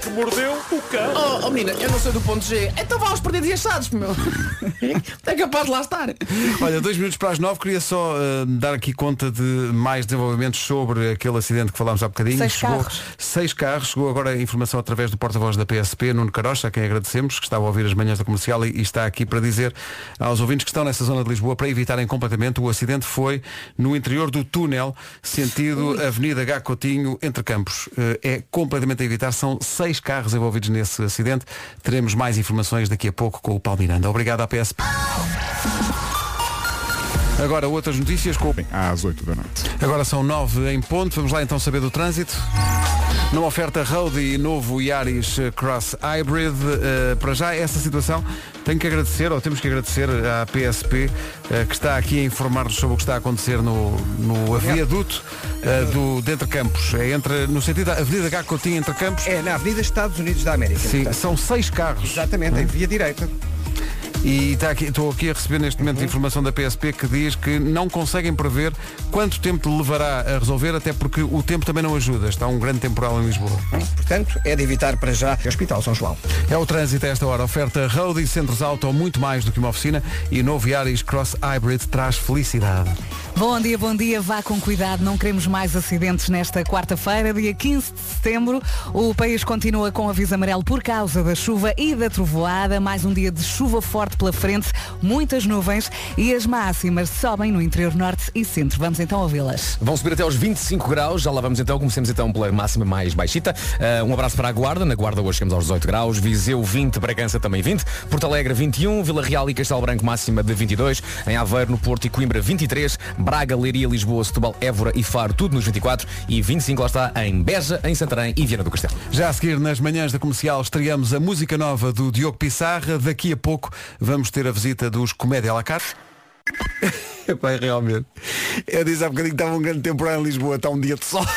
que mordeu o cão. Oh menina, eu não sei do ponto G. Então vá aos perdidos e achados, meu. É capaz de lá estar. Olha, 2 minutos para as 9, queria só dar aqui conta de mais desenvolvimentos sobre aquele acidente que falámos há bocadinho. 6 carros. Chegou agora a informação através do porta-voz da PSP, Nuno Carocha, a quem agradecemos, que estava a ouvir as manhãs da Comercial e está aqui para dizer aos ouvintes que estão nessa zona de Lisboa para evitarem completamente. O acidente foi no interior do túnel, sentido Avenida H. Coutinho, entre Campos. É completamente a evitar. São 6 carros envolvidos nesse acidente. Teremos mais informações daqui a pouco com o Paulo Miranda. Obrigado à PSP. Agora outras notícias com... Às 8 da noite. Agora são 9 em ponto. Vamos lá então saber do trânsito. Numa oferta Road e novo Yaris Cross Hybrid. Para já essa situação temos que agradecer à PSP que está aqui a informar-nos sobre o que está a acontecer no viaduto de Entre Campos. É no sentido da Avenida H. Coutinho, Entre Campos. É na Avenida Estados Unidos da América. Sim, são 6 carros. Exatamente, em via direita. E estou aqui a receber neste momento informação da PSP que diz que não conseguem prever quanto tempo levará a resolver, até porque o tempo também não ajuda. Está um grande temporal em Lisboa. Portanto, é de evitar para já o Hospital São João. É o trânsito a esta hora. Oferta Road e Centros Auto, muito mais do que uma oficina, e novo Yaris Cross Hybrid traz felicidade. Bom dia, vá com cuidado, não queremos mais acidentes nesta quarta-feira, dia 15 de setembro. O país continua com aviso amarelo por causa da chuva e da trovoada, mais um dia de chuva forte pela frente, muitas nuvens e as máximas sobem no interior norte e centro. Vamos então ouvi-las. Vão subir até aos 25 graus, já lá vamos então, comecemos então pela máxima mais baixita. Um abraço para a Guarda, na Guarda hoje chegamos aos 18 graus, Viseu 20, Bragança também 20, Porto Alegre 21, Vila Real e Castelo Branco máxima de 22, em Aveiro, no Porto e Coimbra 23, Braga, Leiria, Lisboa, Setúbal, Évora e Faro, tudo nos 24 e 25 lá está em Beja, em Santarém e Viana do Castelo. Já a seguir, nas manhãs da Comercial, estreamos a música nova do Diogo Pissarra. Daqui a pouco vamos ter a visita dos Comédia à la carte. Pai, realmente. Eu disse há bocadinho que estava um grande temporal em Lisboa, está um dia de sol.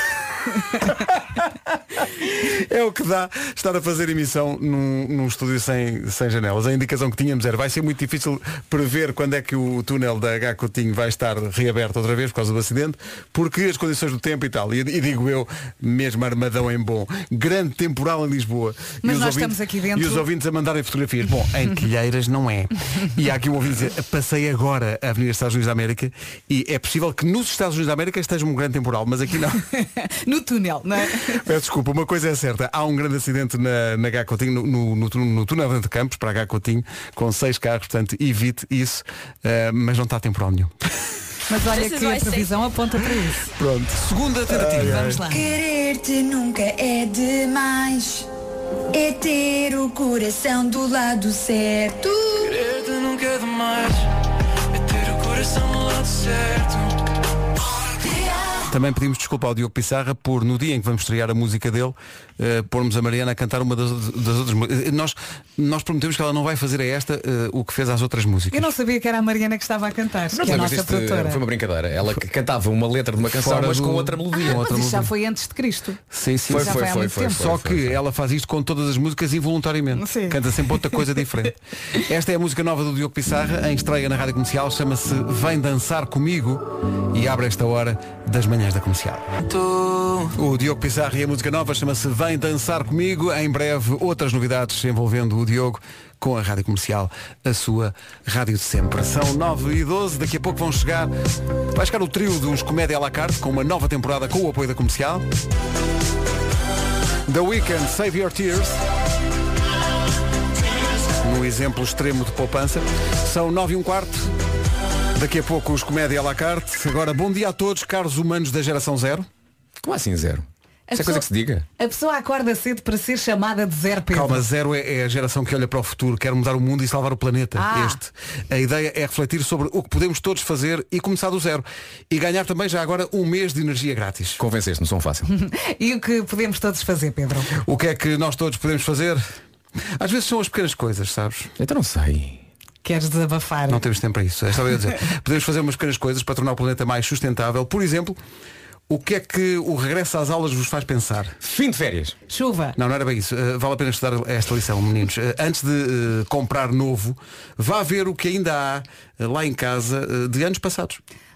É o que dá estar a fazer emissão num estúdio sem janelas. A indicação que tínhamos era: vai ser muito difícil prever quando é que o túnel da H. Coutinho vai estar reaberto outra vez por causa do acidente, porque as condições do tempo e tal. E digo eu, mesmo armadão em bom, grande temporal em Lisboa. Mas nós estamos aqui dentro. E os ouvintes a mandarem fotografias. Bom, em Telheiras não é. E há aqui um ouvinte a dizer: passei agora a Avenida Estados Unidos da América e é possível que nos Estados Unidos da América esteja um grande temporal, mas aqui não. No túnel, não é? Peço desculpa, uma coisa é certa, há um grande acidente na H. Coutinho, no túnel de Campos, para H. Coutinho, com 6 carros, portanto evite isso, mas não está temporal nenhum. Mas olha que a previsão aponta para isso. Pronto, segunda tentativa. Vamos lá. Querer-te nunca é demais, é ter o coração do lado certo. Querer-te nunca é demais, é ter o coração do lado certo. Também pedimos desculpa ao Diogo Pissarra por, no dia em que vamos estrear a música dele, pormos a Mariana a cantar uma das outras músicas. Nós prometemos que ela não vai fazer a esta o que fez às outras músicas. Eu não sabia que era a Mariana que estava a cantar, que é a nossa produtora. Foi uma brincadeira. Ela cantava uma letra de uma canção, mas com outra melodia. Mas isso já foi antes de Cristo. Sim, sim. Foi. Só que ela faz isto com todas as músicas involuntariamente. Sim. Canta sempre outra coisa diferente. Esta é a música nova do Diogo Pissarra, em estreia na Rádio Comercial, chama-se Vem Dançar Comigo e abre esta hora das manhãs da Comercial. O Diogo Pissarra e a música nova chama-se Vem Dançar Comigo. Em breve outras novidades envolvendo o Diogo com a Rádio Comercial, a sua rádio de sempre. São 9h12, daqui a pouco vai chegar o trio dos Comédia à la carte com uma nova temporada com o apoio da Comercial. The Weeknd, Save Your Tears, no exemplo extremo de poupança. São 9h15. Daqui a pouco os Comédia à la carte. Agora, bom dia a todos, caros humanos da geração zero. Como assim zero? Isso é coisa que se diga. A pessoa acorda cedo para ser chamada de zero, Pedro. Calma, zero é a geração que olha para o futuro, quer mudar o mundo e salvar o planeta. A ideia é refletir sobre o que podemos todos fazer e começar do zero. E ganhar também já agora um mês de energia grátis. Convenceste-me, são fácil. E o que podemos todos fazer, Pedro? O que é que nós todos podemos fazer? Às vezes são as pequenas coisas, sabes? Então não sei. Queres desabafar? Não temos tempo para isso. Estava a dizer. Podemos fazer umas pequenas coisas para tornar o planeta mais sustentável. Por exemplo, o que é que o regresso às aulas vos faz pensar? Fim de férias. Chuva. Não era bem isso. Vale a pena estudar esta lição, meninos. Antes de comprar novo, vá ver o que ainda há lá em casa de anos passados.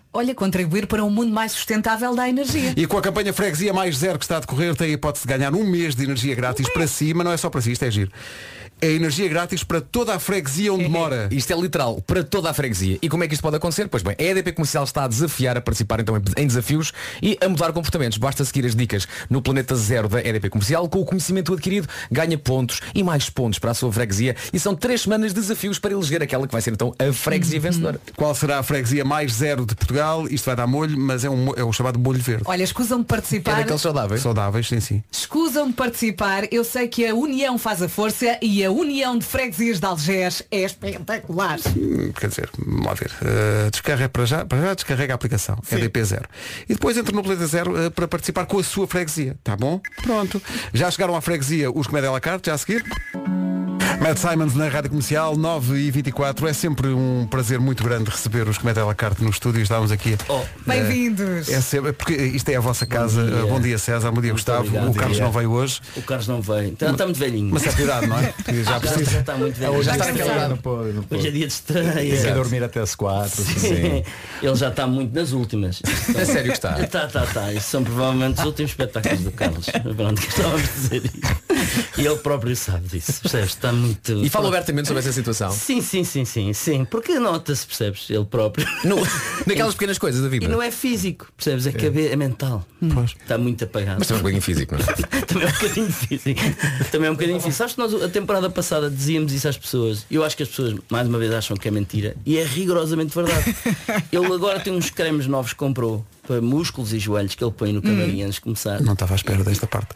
Olha, contribuir para um mundo mais sustentável da energia. E com a campanha Freguesia Mais Zero que está a decorrer, tem a hipótese de ganhar um mês de energia grátis para si, mas não é só para si, isto é giro. É energia grátis para toda a freguesia onde mora. Isto é literal, para toda a freguesia. E como é que isto pode acontecer? Pois bem, a EDP Comercial está a desafiar a participar então em desafios e a mudar comportamentos. Basta seguir as dicas no Planeta Zero da EDP Comercial. Com o conhecimento adquirido, ganha pontos e mais pontos para a sua freguesia. E são 3 semanas de desafios para eleger aquela que vai ser então a freguesia vencedora. Qual será a freguesia mais zero de Portugal? Isto vai dar molho, mas é o chamado molho verde. Olha, escusam de participar. É daqueles saudáveis? Saudáveis, sim. Escusam de participar. Eu sei que a união faz a força e a união de freguesias de Algés é espetacular. Quer dizer, vamos lá ver. Descarrega para já descarrega a aplicação. EDP Zero. E depois entra no Planeta Zero para participar com a sua freguesia. Tá bom? Pronto. Já chegaram à freguesia os Comédia à la carte, já a seguir. Matt Simons na Rádio Comercial, 9h24. É sempre um prazer muito grande receber os Comédia à la carte no estúdio. Estávamos aqui. Bem-vindos. É sempre, porque isto é a vossa casa. Bom dia César, bom dia Gustavo. Obrigado, o Carlos não veio hoje. O Carlos não veio. Está muito velhinho. Mas é cuidado, não é? Já está muito velhinho. Já está cansado. não pode. Hoje é dia de estreia. Tem que dormir até às 4. Sim. Ele já está muito nas últimas. É sério que está? Está. Esses são provavelmente os últimos espetáculos do Carlos. Pronto, que estávamos a dizer isso. E ele próprio sabe disso. Percebes? Está muito. E fala abertamente sobre essa situação. Sim. Porque nota-se, percebes? Ele próprio. Naquelas pequenas coisas da vida. E não é físico, percebes? É mental. Está muito apagado. Mas também é um bocadinho físico, não é? Também é um bocadinho físico. Também é um bocadinho físico. Sabes que nós a temporada passada dizíamos isso às pessoas. Eu acho que as pessoas mais uma vez acham que é mentira. E é rigorosamente verdade. Ele agora tem uns cremes novos que comprou para músculos e joelhos que ele põe no camarim antes de começar. Não estava à espera desta parte.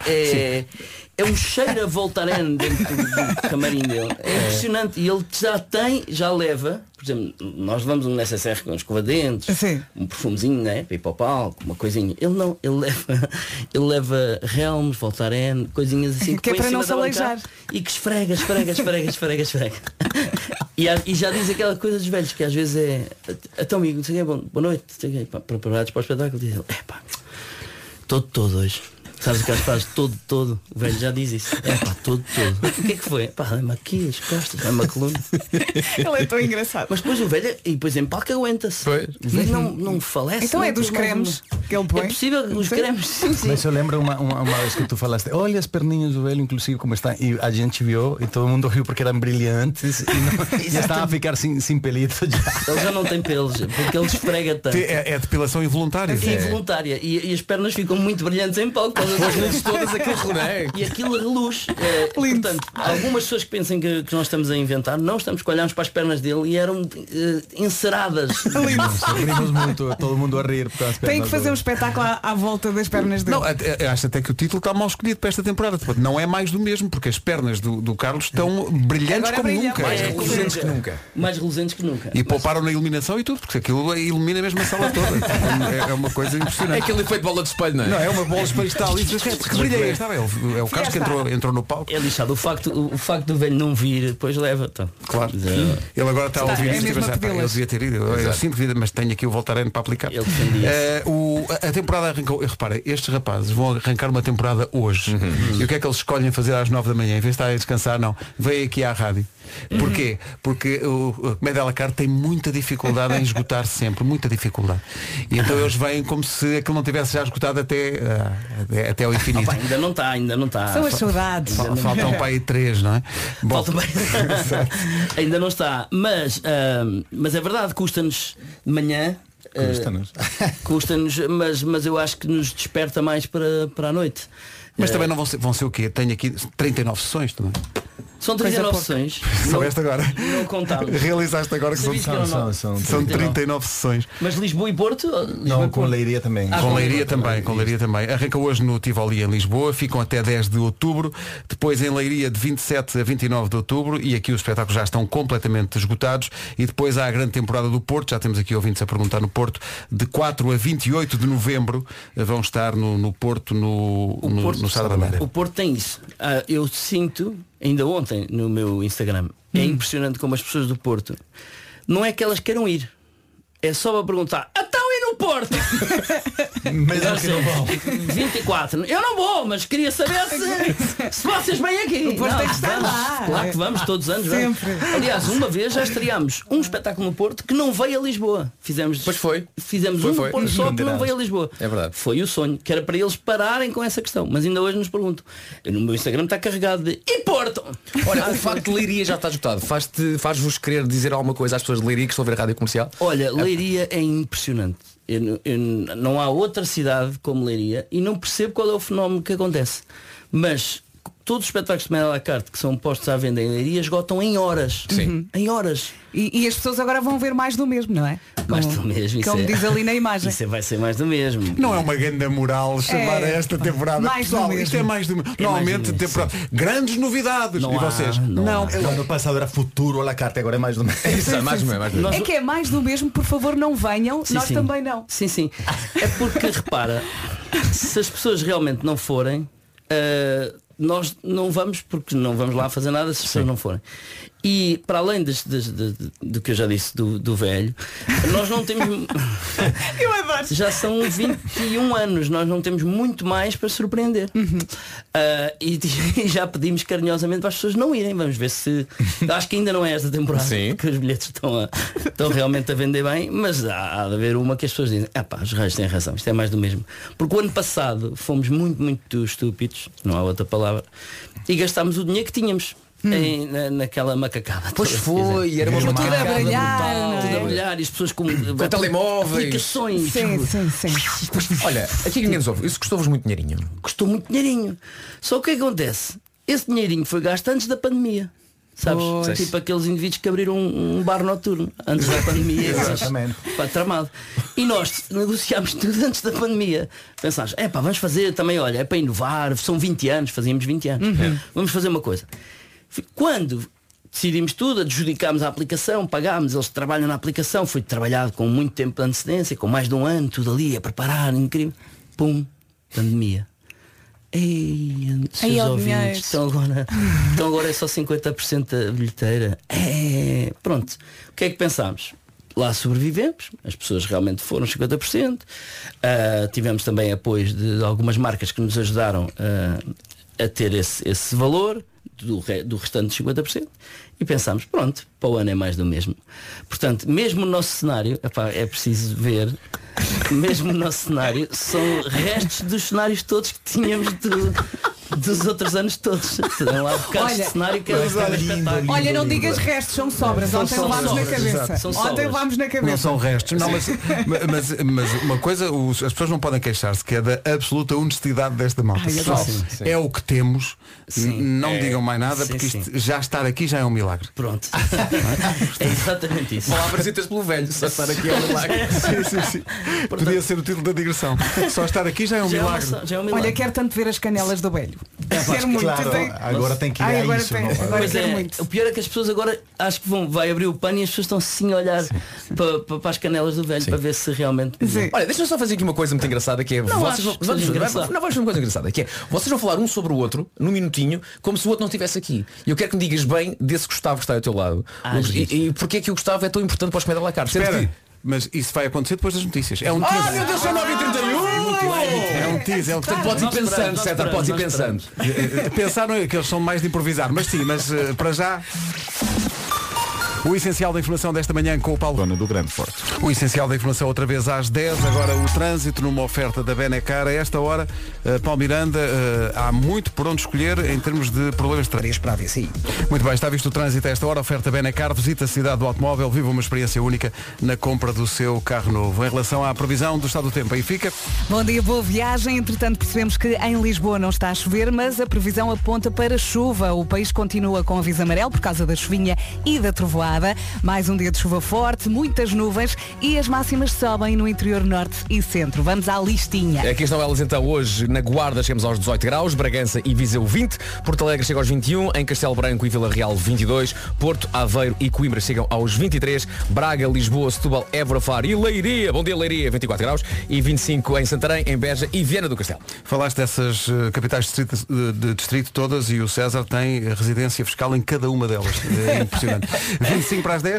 É um cheiro a Voltaren dentro do camarim dele. É impressionante. E ele já leva, por exemplo, nós levamos um necessaire com um escova-dentes, um perfumezinho, né? Para ir para o palco, uma coisinha. Ele não, ele leva Helms, Voltaren, coisinhas assim que é para não se aleijar. E que esfrega. E já diz aquela coisa dos velhos que às vezes é tão amigo, não sei o quê, boa noite, preparados para o espetáculo, diz ele, todo hoje. Sabes o que faz todo? O velho já diz isso. Todo. O que é que foi? Dá-me aqui as costas, dá-me a coluna. Ele é tão engraçado. Mas depois o velho, e depois em palco aguenta-se. O velho não falece. Então é dos cremes que ele põe. É possível, os cremes. Sim. Mas eu lembro uma vez que tu falaste, olha as perninhas do velho, inclusive como está. E a gente viu e todo mundo riu porque eram brilhantes e já estava a ficar sem pelito já. Ele já não tem pelos, porque ele esfrega tanto. É depilação involuntária. Involuntária. E as pernas ficam muito brilhantes em palco. As luzes todas, aquilo e aquilo reluz. Portanto, algumas pessoas que pensam que nós estamos a inventar, não estamos, que olhamos para as pernas dele e eram enceradas. Rimos muito, todo mundo a rir por causa das pernas. Tem que fazer um espetáculo à volta das pernas dele. Não, acho até que o título está mal escolhido para esta temporada. Não é mais do mesmo, porque as pernas do Carlos estão brilhantes como nunca. Mais reluzentes que nunca. Mais reluzentes que nunca. E pouparam na iluminação e tudo, porque aquilo ilumina mesmo a sala toda. É uma coisa impressionante. É aquele efeito bola de espelho, não é? Não, é uma bola de espelho que está ali. Que brilha aí, está bem. É o Carlos que entrou no palco. É lixado. O facto do velho não vir, depois leva. Então. Claro. Ele agora está a ouvir isto e pensar, eu devia ter ido. Eu sinto vida, mas tenho aqui o Voltaren para aplicar. A temporada arrancou. Repara, estes rapazes vão arrancar uma temporada hoje. E o que é que eles escolhem fazer às 9 da manhã? Em vez de estar a descansar, não. Vem aqui à rádio. Porquê? Porque o Comédia à la carte tem muita dificuldade em esgotar sempre, muita dificuldade. E então eles vêm como se aquilo não tivesse já esgotado até ao infinito. Ainda não está. São as saudades. Faltam para aí 3, não é? Bom, ainda não está. Mas é verdade, custa-nos de manhã. Custa-nos, mas eu acho que nos desperta mais para a noite. Mas também não vão ser o quê? Tenho aqui 39 sessões também. São 39 sessões. Soubeste agora? Não contamos. Realizaste agora que são 39 sessões. Mas Lisboa e Porto? Não, com Leiria também. Com Leiria também. Arranca hoje no Tivoli em Lisboa, ficam até 10 de outubro, depois em Leiria de 27 a 29 de outubro, e aqui os espetáculos já estão completamente esgotados, e depois há a grande temporada do Porto, já temos aqui ouvintes a perguntar no Porto, de 4 a 28 de novembro vão estar no Porto, no Sá da Beira. O Porto tem isso. Eu sinto, ainda ontem no meu Instagram, é impressionante como as pessoas do Porto, não é que elas queiram ir, é só para perguntar, então e no Porto? Mas que não vão. 24. Eu não vou, mas queria saber se vocês vêm aqui. O Porto tem que estar vamos, lá. claro que vamos, todos os anos. Vamos. Aliás, uma vez já estreámos um espetáculo no Porto que não veio a Lisboa. Fizemos no Porto só que não veio a Lisboa. É verdade. Foi o sonho, que era para eles pararem com essa questão. Mas ainda hoje nos perguntam. No meu Instagram está carregado de "E Porto?" Olha, o facto de Leiria já está esgotado. Faz-vos querer dizer alguma coisa às pessoas de Leiria que estão a ver a rádio comercial? Olha, Leiria é impressionante. Não há outra cidade como Leiria e não percebo qual é o fenómeno que acontece. Mas todos os espetáculos de Mel à la carte que são postos à venda em Leiria esgotam em horas. Sim. Em horas. E as pessoas agora vão ver mais do mesmo, não é? Mais do mesmo. Como diz ali na imagem. Isso vai ser mais do mesmo. Não é uma grande moral chamar esta temporada. Mais Pessoal, do mesmo. isto é mais do mesmo. Normalmente temporada. Grandes novidades. Não e há, vocês? não. O ano passado era futuro a la carte, agora é mais do mesmo. É que é mais do mesmo, por favor não venham, Sim, nós sim. também não. Sim. É porque, repara, se as pessoas realmente não forem, nós não vamos, porque não vamos lá fazer nada se as pessoas não forem. E para além do que eu já disse do velho, nós não temos Eu adoro. já são 21 anos, nós não temos muito mais para surpreender. E já pedimos carinhosamente para as pessoas não irem. Vamos ver se. Acho que ainda não é esta temporada, porque os bilhetes estão realmente a vender bem, mas há de haver uma que as pessoas dizem, os raios têm razão, isto é mais do mesmo. Porque o ano passado fomos muito estúpidos, não há outra palavra, e gastámos o dinheiro que tínhamos. Naquela macacada. Pois foi, era uma macacada tudo a brilhar, brutal. Tudo a brilhar e as pessoas com telemóveis. aplicações. Sim. Olha, aqui ninguém nos ouve. Isso custou-vos muito dinheirinho. Custou muito dinheirinho. Só que o que acontece? Esse dinheirinho foi gasto antes da pandemia. Sabes? Pois. Tipo aqueles indivíduos que abriram um bar noturno antes da pandemia. Exatamente. Pá, tramado. E nós negociámos tudo antes da pandemia. Pensámos, vamos fazer também, olha, é para inovar, são 20 anos, fazíamos 20 anos. Vamos fazer uma coisa. Quando decidimos tudo, adjudicámos a aplicação, pagámos, eles trabalham na aplicação, foi trabalhado com muito tempo de antecedência, com mais de um ano, tudo ali a preparar, incrível. Pum, pandemia. Seus ouvintes, então agora é só 50% da bilheteira. Pronto. O que é que pensámos? Lá sobrevivemos, as pessoas realmente foram 50%. Tivemos também apoios de algumas marcas que nos ajudaram a ter esse valor do restante de 50%. E pensámos, pronto, para o ano é mais do mesmo. Portanto, mesmo o nosso cenário, é preciso ver, mesmo o nosso cenário são restos dos cenários todos que tínhamos dos outros anos todos. Lá de cenário que era lindo. Olha, não digas restos, são sobras. Ontem levámos na cabeça. Ontem levámos na cabeça. Não são restos. Não, mas uma coisa, as pessoas não podem queixar-se, que é da absoluta honestidade desta malta. Pessoal, é o que temos. Não digam mais nada, porque isto, já estar aqui já é um milagre. Pronto. É exatamente isso. Palavras ditas pelo velho, só estar aqui é um milagre. Sim. Podia ser o título da digressão. Só estar aqui já é um milagre. Olha, quero tanto ver as canelas do velho. Quero muito. Claro, agora tem que ir a isso. Agora quero muito. O pior é que as pessoas agora acho que vai abrir o pano e as pessoas estão assim a olhar para as canelas do velho para ver se realmente. Olha, deixa-me só fazer aqui uma coisa muito engraçada que é vamos fazer uma coisa engraçada, que é vocês vão falar um sobre o outro num minutinho, como se o outro não estivesse aqui. E eu quero que me digas bem desse Gustavo que está ao teu lado. E porquê é que o Gustavo é tão importante para os Comédia à la carte? Espera, mas isso vai acontecer depois das notícias. É um teaser. Meu Deus, são 9h31! É um teaser. Portanto, podes ir pensando, César, podes ir pensando. Pensaram que eles são mais de improvisar, mas sim, mas para já. O essencial da informação desta manhã com o Paulo Dona do Grande Forte. O essencial da informação outra vez às 10. Agora o trânsito numa oferta da Benecar. A esta hora, Paulo Miranda, há muito por onde escolher em termos de problemas de trânsito. Para a VCI. Muito bem, está visto o trânsito a esta hora. Oferta Benecar. Visita a cidade do automóvel. Viva uma experiência única na compra do seu carro novo. Em relação à previsão do estado do tempo, aí fica. Bom dia, boa viagem. Entretanto, percebemos que em Lisboa não está a chover, mas a previsão aponta para chuva. O país continua com aviso amarelo por causa da chuvinha e da trovoada. Mais um dia de chuva forte, muitas nuvens e as máximas sobem no interior norte e centro. Vamos à listinha. Aqui estão elas então hoje. Na Guarda chegamos aos 18 graus, Bragança e Viseu 20, Porto Alegre chega aos 21, em Castelo Branco e Vila Real 22, Porto, Aveiro e Coimbra chegam aos 23, Braga, Lisboa, Setúbal, Évora, Faro e Leiria, bom dia Leiria, 24 graus e 25 em Santarém, em Beja e Viana do Castelo. Falaste dessas capitais de distrito todas e o César tem residência fiscal em cada uma delas. É impressionante. 25 para as 10.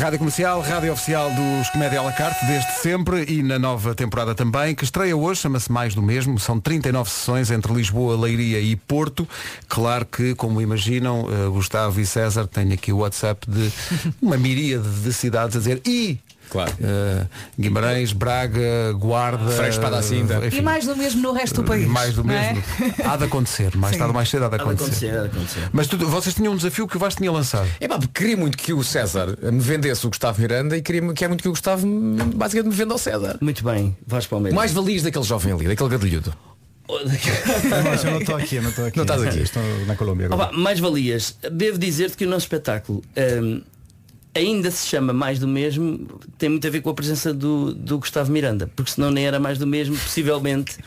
Rádio Comercial, rádio oficial dos Comédia à la carte, desde sempre e na nova temporada também, que estreia hoje, chama-se Mais do Mesmo. São 39 sessões entre Lisboa, Leiria e Porto. Claro que, como imaginam, Gustavo e César têm aqui o WhatsApp de uma miríade de cidades a dizer Claro. Guimarães, Braga, Guarda, Frei Espada Cinda. E mais do mesmo no resto do país. Mais do mesmo. Há de acontecer, mais Sim. tarde ou mais cedo há de acontecer. Há de acontecer. Mas vocês tinham um desafio que o Vasco tinha lançado. Queria muito que o César me vendesse o Gustavo Miranda e queria muito que o Gustavo basicamente me venda ao César. Muito bem, vais para o meio. Mais valias daquele jovem ali, daquele gadulhudo. Mas eu não estou aqui. Não estás aqui. Estou na Colômbia agora. Mais valias. Devo dizer-te que o nosso espetáculo ainda se chama Mais do Mesmo, tem muito a ver com a presença do Gustavo Miranda, porque senão nem era mais do mesmo, possivelmente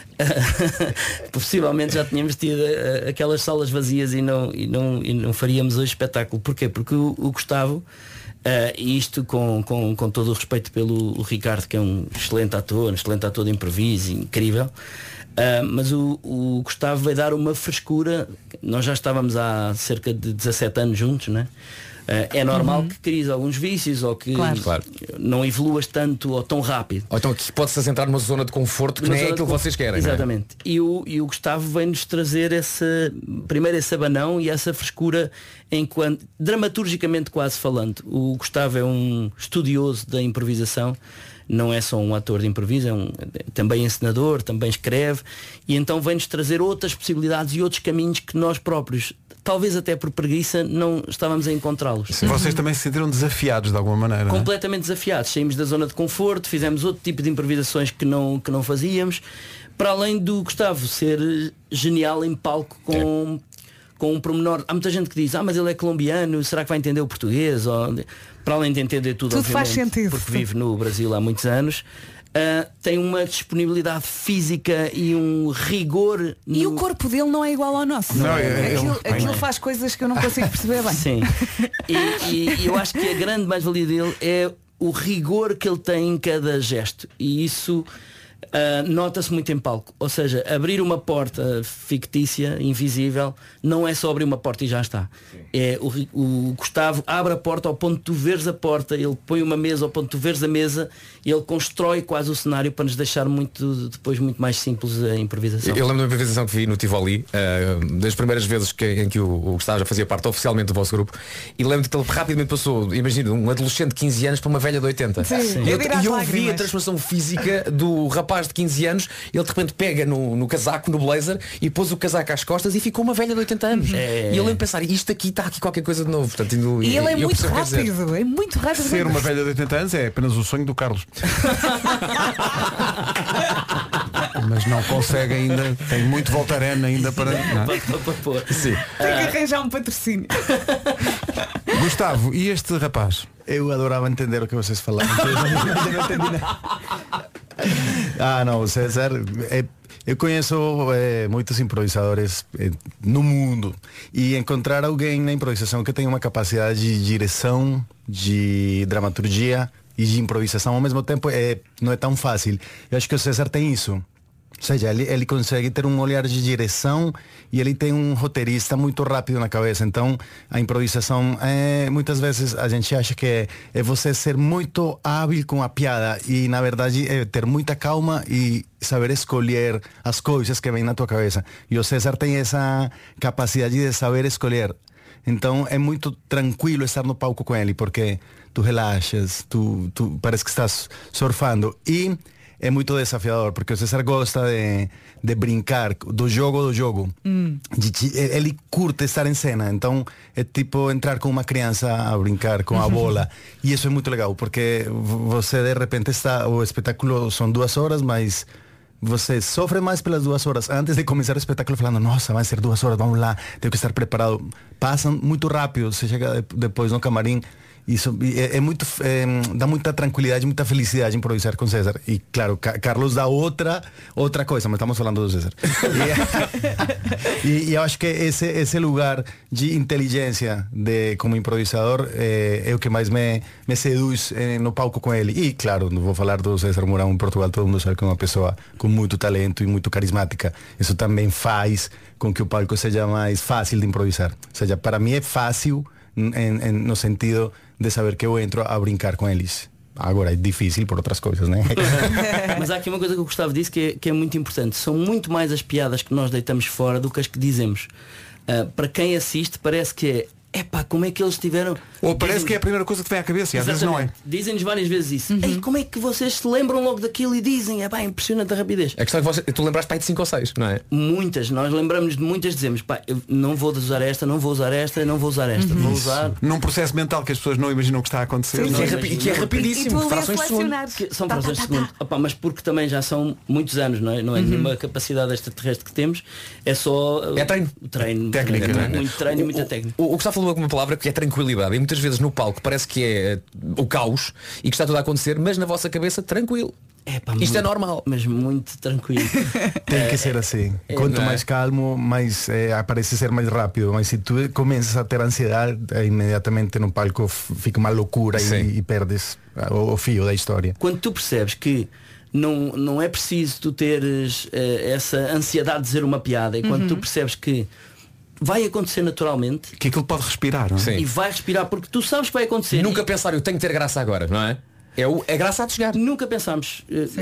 já tínhamos tido aquelas salas vazias e não faríamos hoje espetáculo. Porquê? Porque o Gustavo, e isto com todo o respeito pelo Ricardo, que é um excelente ator de improviso, incrível, mas o Gustavo vai dar uma frescura. Nós já estávamos há cerca de 17 anos juntos, não é? É normal que cries alguns vícios ou que não evoluas tanto ou tão rápido. Ou então aqui pode-se entrar numa zona de conforto que nem é aquilo que vocês querem. Exatamente. Não é? E o Gustavo vem-nos trazer primeiro esse abanão e essa frescura, enquanto dramaturgicamente quase falando. O Gustavo é um estudioso da improvisação. Não é só um ator de improviso, é também encenador, também escreve, e então vem-nos trazer outras possibilidades e outros caminhos que nós próprios, talvez até por preguiça, não estávamos a encontrá-los. Vocês também se sentiram desafiados de alguma maneira? Completamente desafiados. Saímos da zona de conforto, fizemos outro tipo de improvisações que não fazíamos, para além do Gustavo ser genial em palco com um pormenor. Há muita gente que diz, mas ele é colombiano, será que vai entender o português? Para além de entender tudo faz sentido. Porque vive no Brasil há muitos anos, tem uma disponibilidade física e um rigor. E o corpo dele não é igual ao nosso. Aquilo faz coisas que eu não consigo perceber bem. Sim. E eu acho que a grande mais-valia dele é o rigor que ele tem em cada gesto. E isso nota-se muito em palco. Ou seja, abrir uma porta fictícia, invisível, não é só abrir uma porta e já está. É o Gustavo abre a porta ao ponto de tu veres a porta, ele põe uma mesa ao ponto de tu veres a mesa, e ele constrói quase o cenário para nos deixar depois muito mais simples a improvisação. Eu lembro da improvisação que vi no Tivoli, das primeiras vezes em que o Gustavo já fazia parte oficialmente do vosso grupo, e lembro que ele rapidamente passou, imagina, um adolescente de 15 anos para uma velha de 80. Sim. E eu vi a transformação física do rapaz de 15 anos. Ele de repente pega no casaco, no blazer, e pôs o casaco às costas e ficou uma velha de 80 anos. E eu lembro de pensar, isto aqui está aqui qualquer coisa de novo. Portanto, e ele é muito rápido, é muito rápido. Ser uma velha de 80 anos é apenas o sonho do Carlos. Mas não consegue ainda, tem muito Voltaren ainda para pôr. Sim. Tem que arranjar um patrocínio. Gustavo, e este rapaz? Eu adorava entender o que vocês falavam. Não entendi nada. Não, César, eu conheço muitos improvisadores no mundo, e encontrar alguém na improvisação que tem uma capacidade de direção, de dramaturgia e de improvisação ao mesmo tempo não é tão fácil. Eu acho que o César tem isso. Ou seja, ele consegue ter um olhar de direção e ele tem um roteirista muito rápido na cabeça. Então, a improvisação, muitas vezes a gente acha que é você ser muito hábil com a piada, e na verdade é ter muita calma e saber escolher as coisas que vêm na tua cabeça. E o César tem essa capacidade de saber escolher. Então é muito tranquilo estar no palco com ele, porque tu relaxas, tu parece que estás surfando, e é muito desafiador, porque o César gosta de brincar do jogo. Ele curte estar em cena, então é tipo entrar com uma criança a brincar com a bola. E isso é muito legal, porque você de repente o espetáculo são 2 horas, mas você sofre mais pelas 2 horas antes de começar o espetáculo, falando, nossa, vai ser 2 horas, vamos lá, tenho que estar preparado. Passam muito rápido, você chega depois no camarim. Isso dá muita tranquilidade, muita felicidade improvisar com César. E claro, Carlos dá outra coisa, mas estamos falando do César. E eu acho que esse lugar de inteligência como improvisador é o que mais me seduz no palco com ele. E claro, não vou falar do César Mourão em Portugal, todo mundo sabe que é uma pessoa com muito talento e muito carismática. Isso também faz com que o palco seja mais fácil de improvisar. Ou seja, para mim é fácil no sentido de saber que eu entro a brincar com eles. Agora é difícil por outras coisas, né? Mas há aqui uma coisa que eu gostava disso que é muito importante. São muito mais as piadas que nós deitamos fora do que as que dizemos. Para quem assiste parece que é epá, como é que eles tiveram... Ou parece que é a primeira coisa que vem à cabeça e às vezes não é. Dizem-nos várias vezes isso. Ei, como é que vocês se lembram logo daquilo e dizem? É pá, impressionante a rapidez. A questão é que tu lembraste para aí de 5 ou 6, não é? Muitas, nós lembramos de muitas, dizemos, pá, eu não vou usar esta, não vou usar esta, não vou usar esta. Vou usar... Num processo mental que as pessoas não imaginam que está a acontecer. Que é rapidíssimo. Frações de segundo. São frações de segundo. Opa, mas porque também já são muitos anos, não é? Não é nenhuma capacidade extraterrestre que temos. É só... É treino. Técnica. Muito treino e muita técnica. O Gustavo falou uma palavra que é tranquilidade. E muitas vezes no palco parece que é o caos e que está tudo a acontecer, mas na vossa cabeça tranquilo. Isto é normal. Mas muito tranquilo. Tem que ser assim. Quanto mais calmo, mais parece ser mais rápido. Mas se tu começas a ter ansiedade, imediatamente no palco fica uma loucura e perdes o fio da história. Quando tu percebes que não é preciso tu teres essa ansiedade de dizer uma piada, e quando tu percebes que vai acontecer naturalmente, que aquilo pode respirar, não é? E vai respirar porque tu sabes que vai acontecer. Nunca pensar, eu tenho que ter graça agora, não é? É graça a chegar. Nunca pensámos.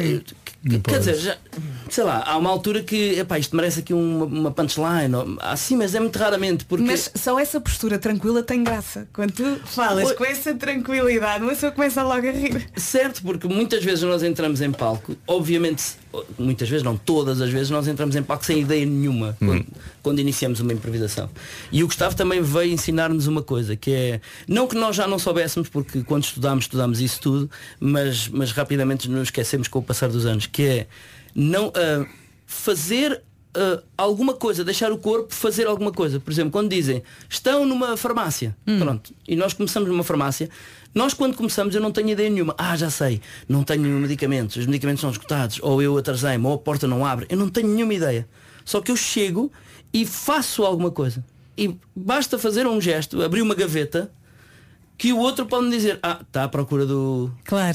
Quer dizer, já, sei lá, há uma altura que epá, isto merece aqui uma punchline assim, mas é muito raramente porque... Mas só essa postura tranquila tem graça. Quando tu falas com essa tranquilidade, uma pessoa começa logo a rir. Certo, porque muitas vezes nós entramos em palco, obviamente, muitas vezes, não todas as vezes, nós entramos em palco sem ideia nenhuma quando iniciamos uma improvisação. E o Gustavo também veio ensinar-nos uma coisa, que é, não que nós já não soubéssemos, porque quando estudámos isso tudo, mas rapidamente nos esquecemos com o passar dos anos, que é não fazer alguma coisa, deixar o corpo fazer alguma coisa. Por exemplo, quando dizem estão numa farmácia, pronto, e nós começamos numa farmácia, nós quando começamos eu não tenho ideia nenhuma. Já sei, não tenho medicamentos, os medicamentos são esgotados, ou eu atrasei-me, ou a porta não abre, eu não tenho nenhuma ideia. Só que eu chego e faço alguma coisa. E basta fazer um gesto, abrir uma gaveta, que o outro pode me dizer, está à procura do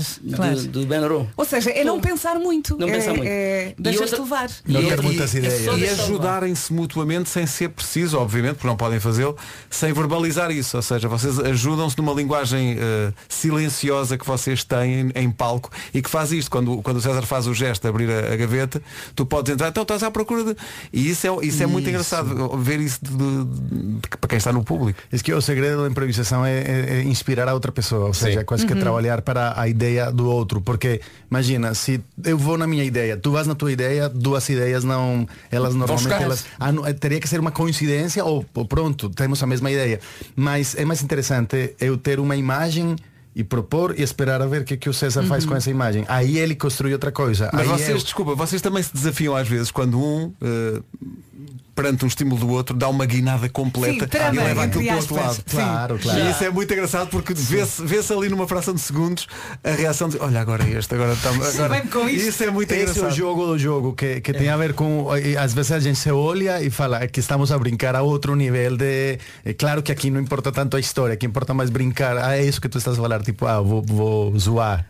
Benarol. Ou seja, é não pensar muito. Não pensar muito. Deixas-te levar. Não ter muitas ideias. E ajudarem-se mutuamente sem ser preciso, obviamente, porque não podem fazê-lo, sem verbalizar isso. Ou seja, vocês ajudam-se numa linguagem silenciosa que vocês têm em palco e que faz isto. Quando o César faz o gesto de abrir a gaveta, tu podes entrar, então estás à procura de... E isso é muito engraçado, ver isso para quem está no público. É que o segredo da improvisação é inspirar a outra pessoa, ou seja, quase que trabalhar para a ideia do outro, porque imagina, se eu vou na minha ideia, tu vas na tua ideia, duas ideias elas normalmente teria que ser uma coincidência ou pronto, temos a mesma ideia, mas é mais interessante eu ter uma imagem e propor e esperar a ver o que o César faz com essa imagem. Aí ele construi outra coisa. Mas vocês também se desafiam às vezes quando perante um estímulo do outro, dá uma guinada completa e leva aquilo para o outro lado. Claro. E isso é muito engraçado porque vê-se ali numa fração de segundos a reação de olha, agora este, agora isso é muito engraçado. Esse é o jogo do jogo que tem a ver com, às vezes a gente se olha e fala que estamos a brincar a outro nível de, claro que aqui não importa tanto a história, que importa mais brincar. É isso que tu estás a falar, tipo, vou zoar.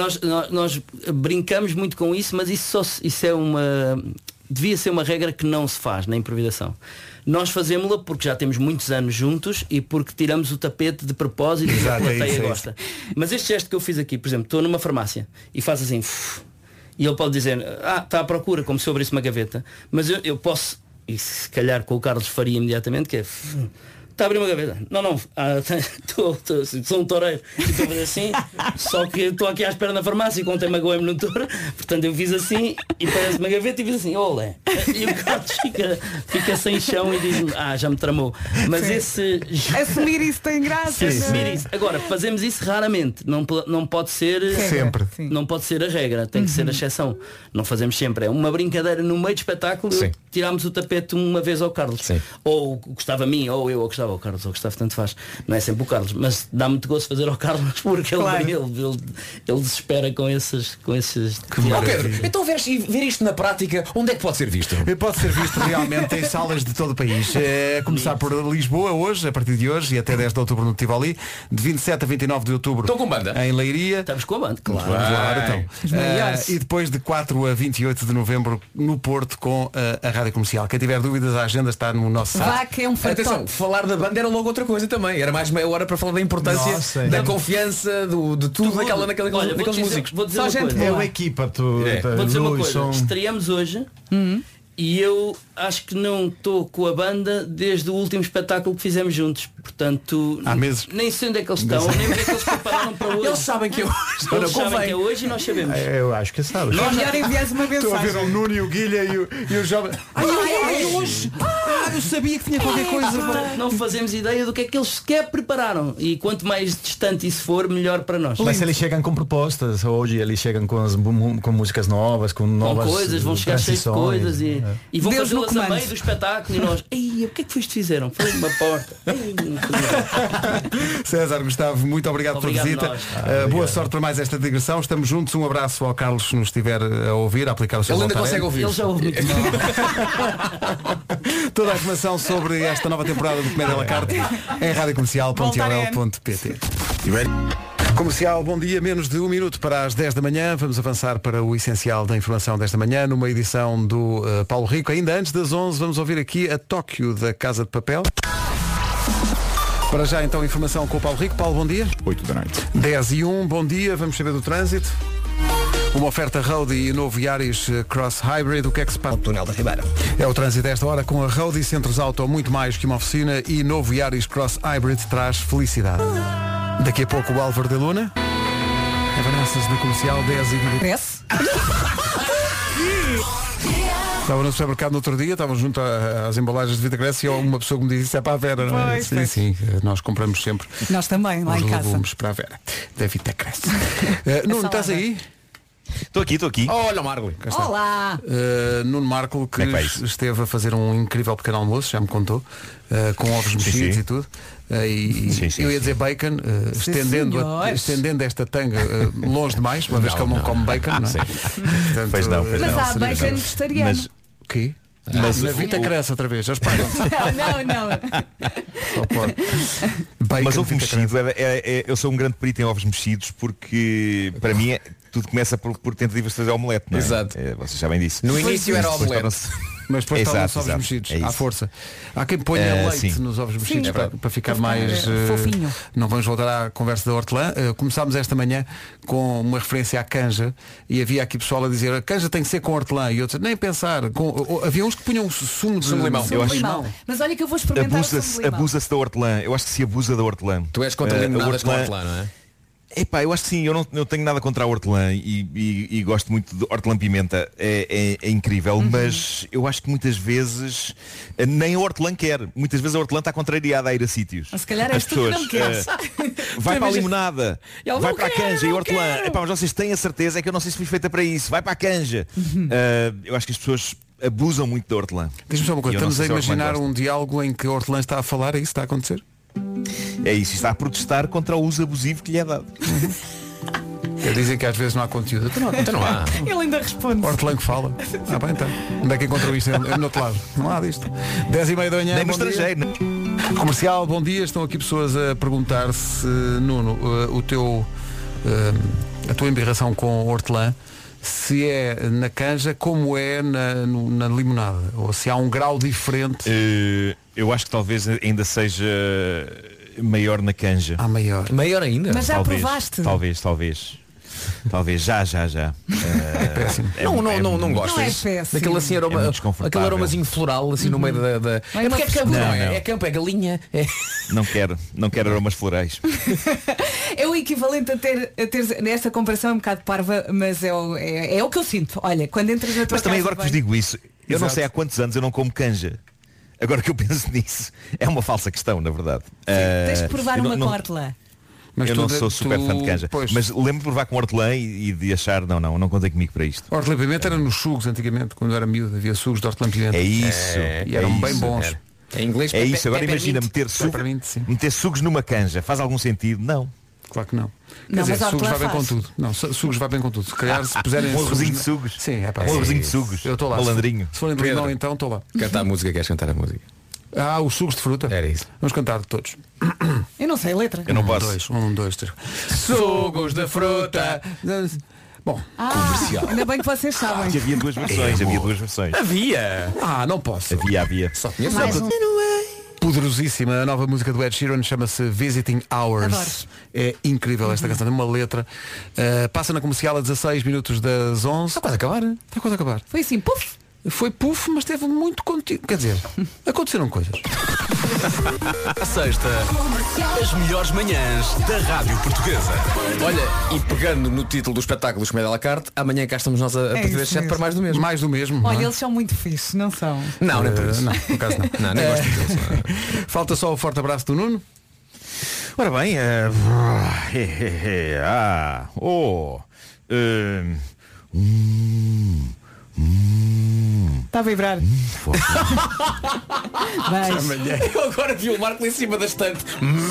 Nós brincamos muito com isso, mas isso é devia ser uma regra que não se faz na improvisação. Nós fazemos-la porque já temos muitos anos juntos e porque tiramos o tapete de propósito e a plateia gosta. Mas este gesto que eu fiz aqui, por exemplo, estou numa farmácia e faço assim, e ele pode dizer, está à procura, como se eu abrisse uma gaveta, mas eu posso, e se calhar com o Carlos faria imediatamente, que é... Está a abrir uma gaveta. Não, sou um toureiro e estou a fazer assim, só que estou aqui à espera na farmácia e contei magoei-me no touro, portanto eu fiz assim e parece uma gaveta e fiz assim, olé. E o Carlos fica sem chão e diz-me, já me tramou. Mas assumir isso tem graça. Assumir isso. Agora, fazemos isso raramente. Não pode ser sempre. Não pode ser a regra, tem que ser a exceção. Não fazemos sempre. É uma brincadeira no meio de espetáculo, tirámos o tapete uma vez ao Carlos. Ou Gustavo a mim, ou eu ao Gustavo. O Carlos ou Gustavo tanto faz, não é sempre o Carlos, mas dá muito gosto fazer ao Carlos porque ele desespera com esses Pedro, então ver isto na prática, onde é que pode ser visto? Pode ser visto realmente em salas de todo o país, a começar por Lisboa hoje, a partir de hoje e até 10 de outubro no Tivoli, de 27 a 29 de outubro estão com banda em Leiria. Estamos com a banda, claro então. E depois de 4 a 28 de novembro no Porto com a Rádio Comercial. Quem tiver dúvidas, a agenda está no nosso site. Atenção, falar da banda era logo outra coisa também. Era mais meia hora para falar da importância, da confiança, de tudo daqueles músicos. Vou dizer uma coisa. É uma equipa, Vou dizer uma coisa. Estreamos hoje. E eu acho que não estou com a banda desde o último espetáculo que fizemos juntos. Portanto, nem sei onde é que eles estão, nem onde é que eles prepararam para hoje. Eles sabem que é hoje. Eles sabem que é hoje e nós sabemos. Eu acho que sabes. É melhor enviar uma mensagem. Estou a ver o Nuno e o Guilha e o jovem. Hoje! Eu sabia que tinha qualquer coisa. Não fazemos ideia do que é que eles sequer prepararam. E quanto mais distante isso for, melhor para nós. Mas eles chegam com propostas. Hoje eles chegam com músicas novas, com novas coisas, vão chegar cheios de coisas e vão Deus fazê-las a meio do espetáculo e nós, ei, o que é que isto fizeram? Foi uma porta. César, Gustavo, muito obrigado pela visita. Boa sorte para mais esta digressão. Estamos juntos. Um abraço ao Carlos se nos estiver a ouvir, a aplicar o seu Ele ainda Voltaren. consegue ouvir. Ele já ouviu. Toda a informação sobre esta nova temporada do Comédia à la carte em radiocomercial.ol.pt. Comercial, bom dia, menos de 1 minuto para as 10 da manhã. Vamos avançar para o essencial da informação desta manhã, numa edição do Paulo Rico. Ainda antes das 11, vamos ouvir aqui a Tóquio da Casa de Papel. Para já então informação com o Paulo Rico. Paulo, bom dia. 8 da noite. 10:01, bom dia, vamos saber do trânsito. Uma oferta Roadie e novo Yaris Cross Hybrid. O que é que se passa? O túnel da Ribeira. É o trânsito desta hora com a Roadie Centros Auto, muito mais que uma oficina, e novo Yaris Cross Hybrid traz felicidade. Daqui a pouco o Álvaro de Luna. Avanças na Comercial 10h20. Estava no supermercado no outro dia, estava junto às embalagens de Vitacresce e uma pessoa que me disse: isso é para a Vera, não é? Sim, nós compramos sempre. Nós também, lá os em casa. legumes para a Vera, da Vitacresce. Nuno, estás aí? Estou aqui. Olha o Marco. Olá. Nuno Marco, que esteve a fazer um incrível pequeno almoço, já me contou, com ovos mexidos e tudo. Eu ia dizer bacon, estendendo esta tanga longe demais, uma vez que ele não come bacon, não é? Portanto, Pois não. Mas há bacon vegetariano. O quê? Mas na Vita cresce outra vez, já espalham. Não. Mas ovo mexido, eu sou um grande perito em ovos mexidos porque para mim tudo começa por tentativas de fazer omelete, não é? Exato. Vocês sabem disso. No início era omelete. Mas depois tornam-se ovos mexidos, à força. Há quem ponha leite nos ovos mexidos para ficar mais fofinho. Não vamos voltar à conversa da hortelã. Começámos esta manhã com uma referência à canja e havia aqui pessoal a dizer: a canja tem que ser com hortelã, e outros nem pensar. Havia uns que punham sumo de limão. Mas olha que eu vou experimentar. Abusa-se da hortelã. Eu acho que se abusa da hortelã. Tu és contra limonadas com hortelã, não é? Epá, eu acho que sim, eu não tenho nada contra a hortelã e gosto muito de hortelã-pimenta, é incrível, mas eu acho que muitas vezes nem a hortelã quer. Muitas vezes a hortelã está contrariada a ir a sítios. Mas se calhar és tu que não queres. Vai para a limonada, vai para a canja e a hortelã. Epá, mas vocês têm a certeza, é que eu não sei se fui feita para isso. Vai para a canja. Eu acho que as pessoas abusam muito da hortelã. Diz-me só uma coisa, estamos a imaginar um diálogo em que a hortelã está a falar, é isso que está a acontecer? É isso, está a protestar contra o uso abusivo que lhe é dado. Dizem que às vezes não há conteúdo. Então não há. Ele ainda responde. Hortelã que fala. Bem, então. Onde é que encontrou isto? É no outro lado. Não há disto. 10h30 da manhã. Nem no estrangeiro. Comercial, bom dia. Estão aqui pessoas a perguntar se, Nuno, a tua embirração com hortelã, se é na canja como é na limonada, ou se há um grau diferente. Eu acho que talvez ainda seja maior na canja. Maior. Maior ainda? Mas já provaste? Talvez, já. É péssimo. Não gosto. Não é péssimo. Daquele assim aquele aromazinho floral assim no meio da. É porque é campo, não é? É campo, é galinha. Não quero aromas florais. É o equivalente a ter nesta comparação é um bocado parva, mas é o que eu sinto. Olha, quando entras na tua Mas também casa, agora que vos digo isso, eu não sei há quantos anos eu não como canja. Agora que eu penso nisso, é uma falsa questão, na verdade. Tens que provar uma com hortelã. Mas eu não sou super fã de canja. Mas lembro de provar com hortelã e de achar, não contei comigo para isto. Hortelã-pimenta era nos sugos antigamente, quando eu era miúdo, havia sugos de hortelã-pimenta. É isso. E eram bem bons. Em inglês, é isso, agora imagina meter sugos numa canja. Faz algum sentido? Não. Claro que não. Quer dizer, sugos vai bem com tudo. Não, sugos vai bem com tudo. Se calhar se puserem um arrozinho de sugos. Sim, é pá. Um arrozinho de sugos. Eu estou lá. Malandrinho. Se forem de limão, então estou lá. Cantar a música, queres cantar a música? Os sugos de fruta. Era isso. Vamos cantar todos. Eu não sei a letra. Eu não posso. 1, 2, 3. Sugos de fruta. Bom, comercial. Ainda bem que vocês sabem. Havia duas versões. Havia? Não posso. Havia. Só tinha Poderosíssima. A nova música do Ed Sheeran chama-se Visiting Hours. Adoro. É incrível esta canção, tem uma letra. Passa na Comercial a 16 minutos das 11. Está quase a acabar. Está quase a acabar. Foi assim, puf. Foi puf, mas teve muito contigo. Quer dizer, aconteceram coisas. À sexta, as melhores manhãs da Rádio Portuguesa. Olha, e pegando no título do espetáculo Comédia à la carte, amanhã cá estamos nós a partir das 7 para mais do mesmo. Mais do mesmo. Olha, não é? eles são muito fixes, não são? Não, nem por isso. Não, no caso não. Não, nem gosto deles. Falta só o forte abraço do Nuno. Ora bem, Está a vibrar. Eu agora vi o Marco em cima da estante.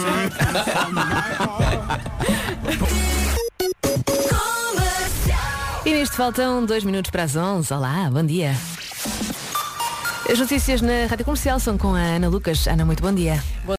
E nisto faltam 2 minutos para as 11. Olá, bom dia. As notícias na Rádio Comercial são com a Ana Lucas. Ana, muito bom dia.